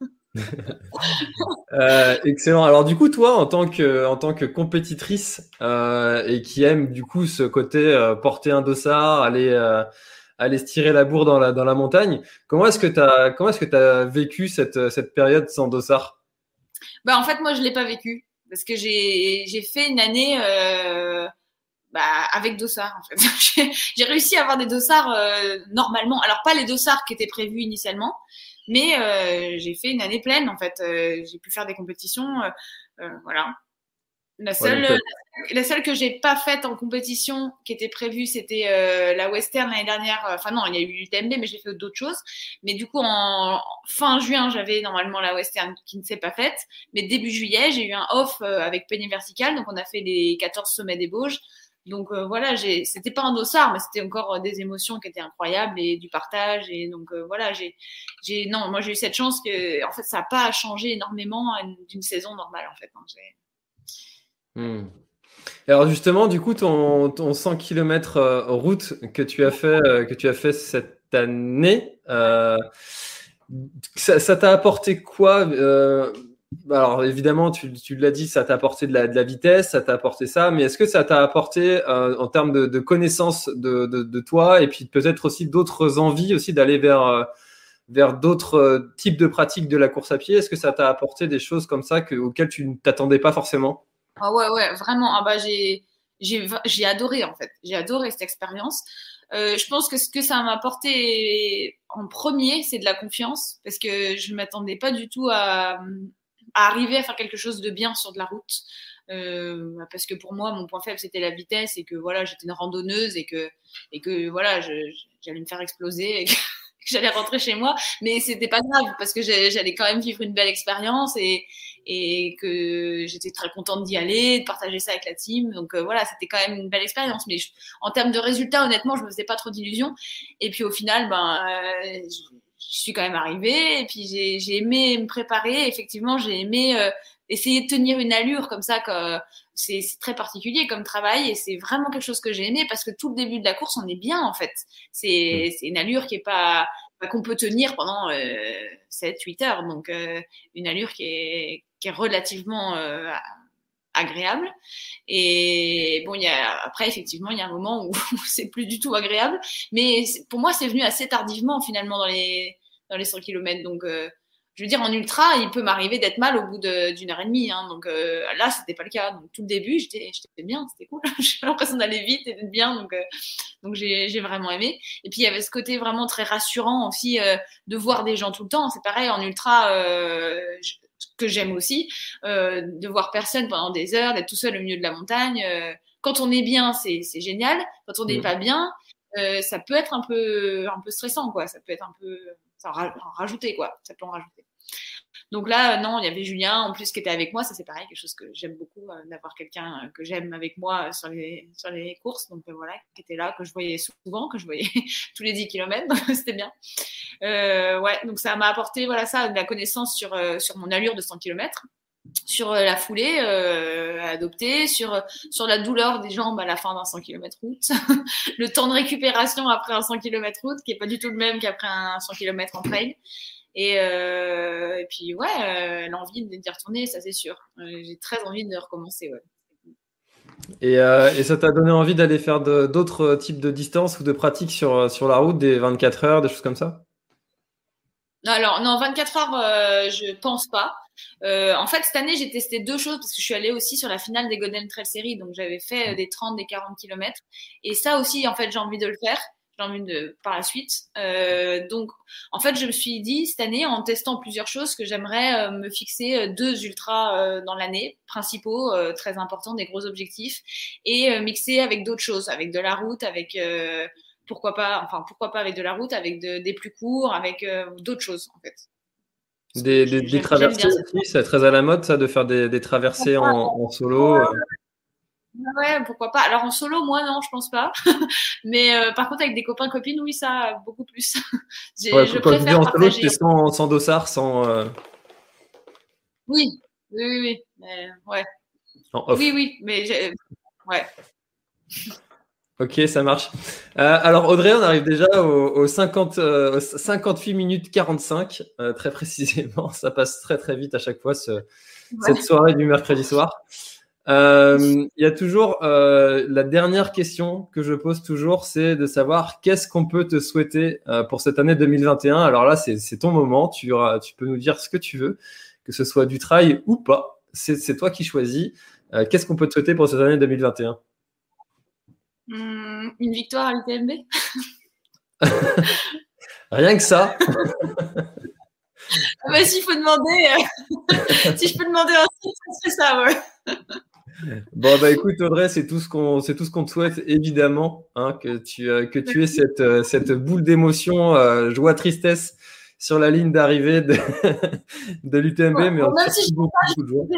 euh, excellent. Alors du coup, toi, en tant que en tant que compétitrice euh, et qui aime du coup ce côté euh, porter un dossard, aller euh, aller se tirer la bourre dans la dans la montagne, comment est-ce que t'as comment est-ce que t'as vécu cette cette période sans dossard? Bah en fait, moi je l'ai pas vécu parce que j'ai j'ai fait une année euh, bah avec dossard en fait. j'ai, j'ai réussi à avoir des dossards euh, normalement. Alors pas les dossards qui étaient prévus initialement. Mais euh, j'ai fait une année pleine en fait. Euh, j'ai pu faire des compétitions, euh, euh, voilà. La seule, ouais, la, la seule que j'ai pas faite en compétition qui était prévue, c'était euh, la Western l'année dernière. Enfin non, il y a eu l'U T M B, mais j'ai fait d'autres choses. Mais du coup, en, en fin juin, j'avais normalement la Western qui ne s'est pas faite. Mais début juillet, j'ai eu un off euh, avec Penny Vertical, donc on a fait les quatorze sommets des Bauges. Donc euh, voilà, j'ai, c'était pas un dossard, mais c'était encore euh, des émotions qui étaient incroyables et du partage. Et donc euh, voilà, j'ai, j'ai, non, moi j'ai eu cette chance que, en fait, ça a pas changé énormément d'une saison normale, en fait. Hein, j'ai... Hmm. Alors justement, du coup, ton, ton cent kilomètres euh, route que tu as fait, euh, que tu as fait cette année, euh, ça, ça t'a apporté quoi euh, Alors évidemment, tu, tu l'as dit, ça t'a apporté de la, de la vitesse, ça t'a apporté ça, mais est-ce que ça t'a apporté euh, en termes de, de connaissance de, de, de toi et puis peut-être aussi d'autres envies aussi d'aller vers, euh, vers d'autres euh, types de pratiques de la course à pied? Est-ce que ça t'a apporté des choses comme ça que, auxquelles tu ne t'attendais pas forcément? Ah ouais, ouais, vraiment. Ah bah j'ai, j'ai, j'ai adoré en fait. J'ai adoré cette expérience. Euh, je pense que ce que ça m'a apporté en premier, c'est de la confiance parce que je m'attendais pas du tout à à arriver à faire quelque chose de bien sur de la route euh, parce que pour moi mon point faible c'était la vitesse et que voilà j'étais une randonneuse et que et que voilà je, j'allais me faire exploser et que, que j'allais rentrer chez moi, mais c'était pas grave parce que j'allais quand même vivre une belle expérience et et que j'étais très contente d'y aller, de partager ça avec la team, donc euh, voilà c'était quand même une belle expérience, mais je, en termes de résultats honnêtement je me faisais pas trop d'illusions et puis au final ben euh, je, je suis quand même arrivée et puis j'ai, j'ai aimé me préparer. Effectivement, j'ai aimé euh, essayer de tenir une allure comme ça. Que c'est, c'est très particulier comme travail et c'est vraiment quelque chose que j'ai aimé parce que tout le début de la course, on est bien en fait. C'est, c'est une allure qui est pas, pas qu'on peut tenir pendant euh, sept huit heures. Donc euh, une allure qui est, qui est relativement euh, agréable. Et bon, il y a après effectivement il y a un moment où c'est plus du tout agréable, mais pour moi c'est venu assez tardivement finalement dans les dans les cent kilomètres. Donc euh, je veux dire, en ultra, il peut m'arriver d'être mal au bout de, d'une heure et demie. Hein, donc euh, là, c'était pas le cas. Donc tout le début, j'étais, j'étais bien, c'était cool. J'ai l'impression d'aller vite et d'être bien. Donc, euh, donc j'ai, j'ai vraiment aimé. Et puis il y avait ce côté vraiment très rassurant aussi euh, de voir des gens tout le temps. C'est pareil en ultra, euh, je, que j'aime aussi, euh, de voir personne pendant des heures, d'être tout seul au milieu de la montagne. Euh, quand on est bien, c'est, c'est génial. Quand on n'est mmh. pas bien, euh, ça peut être un peu, un peu stressant, quoi. Ça peut être un peu, ça en rajouter, quoi. Ça peut en rajouter. Donc là, non, il y avait Julien en plus qui était avec moi. Ça, c'est pareil, quelque chose que j'aime beaucoup, euh, d'avoir quelqu'un euh, que j'aime avec moi sur les, sur les courses. Donc euh, voilà, qui était là, que je voyais souvent, que je voyais tous les dix kilomètres. Donc c'était bien. Euh, ouais, donc ça m'a apporté, voilà, ça, de la connaissance sur, euh, sur mon allure de cent kilomètres, sur euh, la foulée euh, à adopter, sur, sur la douleur des jambes à la fin d'un cent kilomètres route, le temps de récupération après un cent kilomètres route, qui est pas du tout le même qu'après un cent kilomètres en trail. Et, euh, et puis, ouais, euh, l'envie d'y retourner, ça c'est sûr. Euh, j'ai très envie de recommencer, ouais. Et, euh, et ça t'a donné envie d'aller faire de, d'autres types de distances ou de pratiques sur, sur la route, des vingt-quatre heures, des choses comme ça? Alors, non, vingt-quatre heures, euh, je pense pas. Euh, en fait, cette année, j'ai testé deux choses parce que je suis allée aussi sur la finale des Golden Trail Series. Donc, j'avais fait des trente, des quarante kilomètres. Et ça aussi, en fait, j'ai envie de le faire. J'ai envie de, par la suite. Euh, donc, en fait, je me suis dit, cette année, en testant plusieurs choses, que j'aimerais euh, me fixer deux ultras euh, dans l'année, principaux, euh, très importants, des gros objectifs, et euh, mixer avec d'autres choses, avec de la route, avec, euh, pourquoi pas, enfin, pourquoi pas avec de la route, avec de, des plus courts, avec euh, d'autres choses, en fait. Des, des, des traversées aussi, c'est très à la mode, ça, de faire des, des traversées en, en solo. Euh... Ouais, pourquoi pas. Alors en solo, moi non, je pense pas. Mais euh, par contre avec des copains copines, oui, ça beaucoup plus. J'ai, ouais, je quand préfère tu dis en solo, partager. c'est sans, sans dossard, sans. Euh... Oui, oui, oui, oui. Mais, ouais. En off. Oui, oui, mais j'ai... ouais. Ok, ça marche. Euh, alors Audrey, on arrive déjà aux, aux, cinquante, euh, aux cinquante-huit minutes quarante-cinq, euh, très précisément. Ça passe très très vite à chaque fois ce, ouais. cette soirée du mercredi soir. Il euh, y a toujours euh, la dernière question que je pose toujours, c'est de savoir qu'est-ce qu'on peut te souhaiter euh, pour cette année deux mille vingt et un. Alors là, c'est, c'est ton moment, tu, auras, tu peux nous dire ce que tu veux, que ce soit du trail ou pas. C'est, c'est toi qui choisis. Euh, qu'est-ce qu'on peut te souhaiter pour cette année deux mille vingt et un? Mmh, une victoire à l'U T M B. Rien que ça. Ah bah, s'il faut demander, euh... si je peux demander un site, c'est ça, ouais. Bon bah écoute Audrey, c'est tout ce qu'on c'est tout ce qu'on te souhaite évidemment, hein, que tu euh, que tu aies cette euh, cette boule d'émotion, euh, joie tristesse sur la ligne d'arrivée de, de l'U T M B, ouais, mais bon, même si je beaucoup, pas, beaucoup de joie.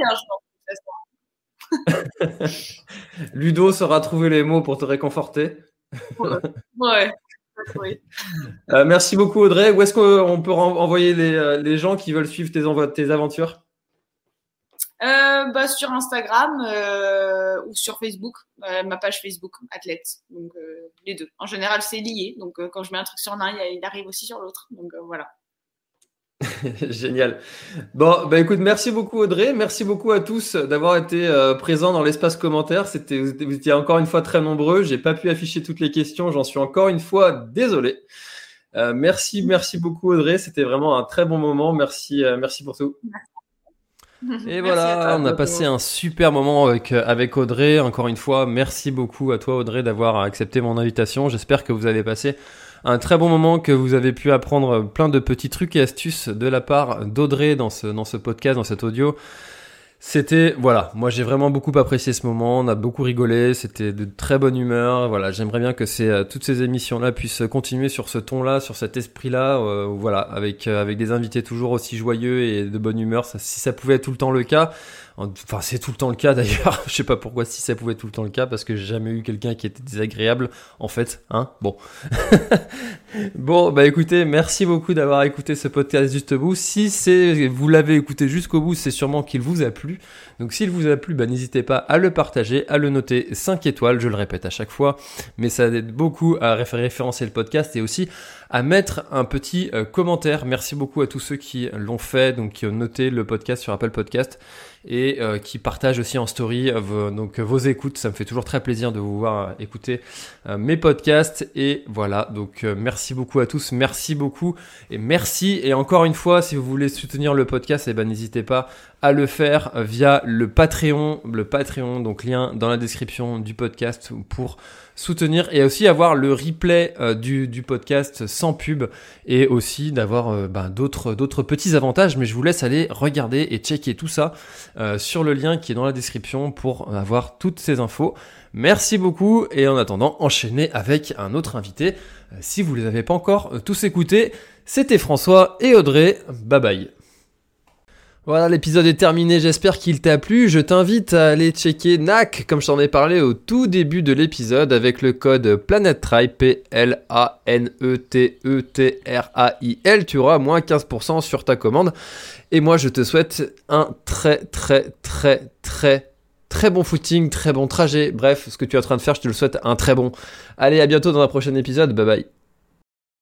Bien, Ludo saura trouver les mots pour te réconforter. Ouais. ouais. Oui. Euh, merci beaucoup Audrey. Où est-ce qu'on peut envoyer les, les gens qui veulent suivre tes, envo- tes aventures? Euh, bah, sur Instagram euh, ou sur Facebook, euh, ma page Facebook Athlète, donc euh, les deux. En général, c'est lié, donc euh, quand je mets un truc sur l'un, il arrive aussi sur l'autre, donc euh, voilà. Génial. Bon, bah écoute, merci beaucoup Audrey, merci beaucoup à tous d'avoir été euh, présents dans l'espace commentaire. C'était, vous étiez encore une fois très nombreux. J'ai pas pu afficher toutes les questions, j'en suis encore une fois désolé. Euh, merci, merci beaucoup Audrey, c'était vraiment un très bon moment. Merci, euh, merci pour tout. Merci. Et voilà, on a passé un super moment avec, avec Audrey. Encore une fois, merci beaucoup à toi Audrey d'avoir accepté mon invitation. J'espère que vous avez passé un très bon moment, que vous avez pu apprendre plein de petits trucs et astuces de la part d'Audrey dans ce, dans ce podcast, dans cet audio. C'était, voilà, moi j'ai vraiment beaucoup apprécié ce moment, on a beaucoup rigolé, c'était de très bonne humeur, voilà, j'aimerais bien que ces, toutes ces émissions-là puissent continuer sur ce ton-là, sur cet esprit-là, euh, voilà, avec, euh, avec des invités toujours aussi joyeux et de bonne humeur, ça, si ça pouvait être tout le temps le cas, enfin c'est tout le temps le cas d'ailleurs, je sais pas pourquoi si ça pouvait être tout le temps le cas, parce que j'ai jamais eu quelqu'un qui était désagréable, en fait, hein, bon. Bon, bah écoutez, merci beaucoup d'avoir écouté ce podcast jusqu'au bout. Si c'est, vous l'avez écouté jusqu'au bout, c'est sûrement qu'il vous a plu. Donc s'il vous a plu, bah n'hésitez pas à le partager, à le noter cinq étoiles, je le répète à chaque fois, mais ça aide beaucoup à référencer le podcast et aussi à mettre un petit euh, commentaire. Merci beaucoup à tous ceux qui l'ont fait, donc qui ont noté le podcast sur Apple Podcast. et euh, qui partagent aussi en story euh, vos, donc, vos écoutes. Ça me fait toujours très plaisir de vous voir euh, écouter euh, mes podcasts. Et voilà, donc euh, merci beaucoup à tous, merci beaucoup et merci. Et encore une fois, si vous voulez soutenir le podcast, eh ben, n'hésitez pas à le faire via le Patreon, le Patreon, donc lien dans la description du podcast pour soutenir et aussi avoir le replay euh, du, du podcast sans pub et aussi d'avoir euh, ben, d'autres, d'autres petits avantages, mais je vous laisse aller regarder et checker tout ça euh, sur le lien qui est dans la description pour avoir toutes ces infos. Merci beaucoup et en attendant, enchaînez avec un autre invité. Euh, si vous ne les avez pas encore euh, tous écoutés, c'était François et Audrey. Bye bye. Voilà, l'épisode est terminé, j'espère qu'il t'a plu. Je t'invite à aller checker N A C, comme je t'en ai parlé au tout début de l'épisode, avec le code PlanetTrail, P L A N E T E T R A I L. Tu auras moins quinze pour cent sur ta commande. Et moi, je te souhaite un très, très, très, très, très bon footing, très bon trajet. Bref, ce que tu es en train de faire, je te le souhaite un très bon. Allez, à bientôt dans un prochain épisode. Bye bye.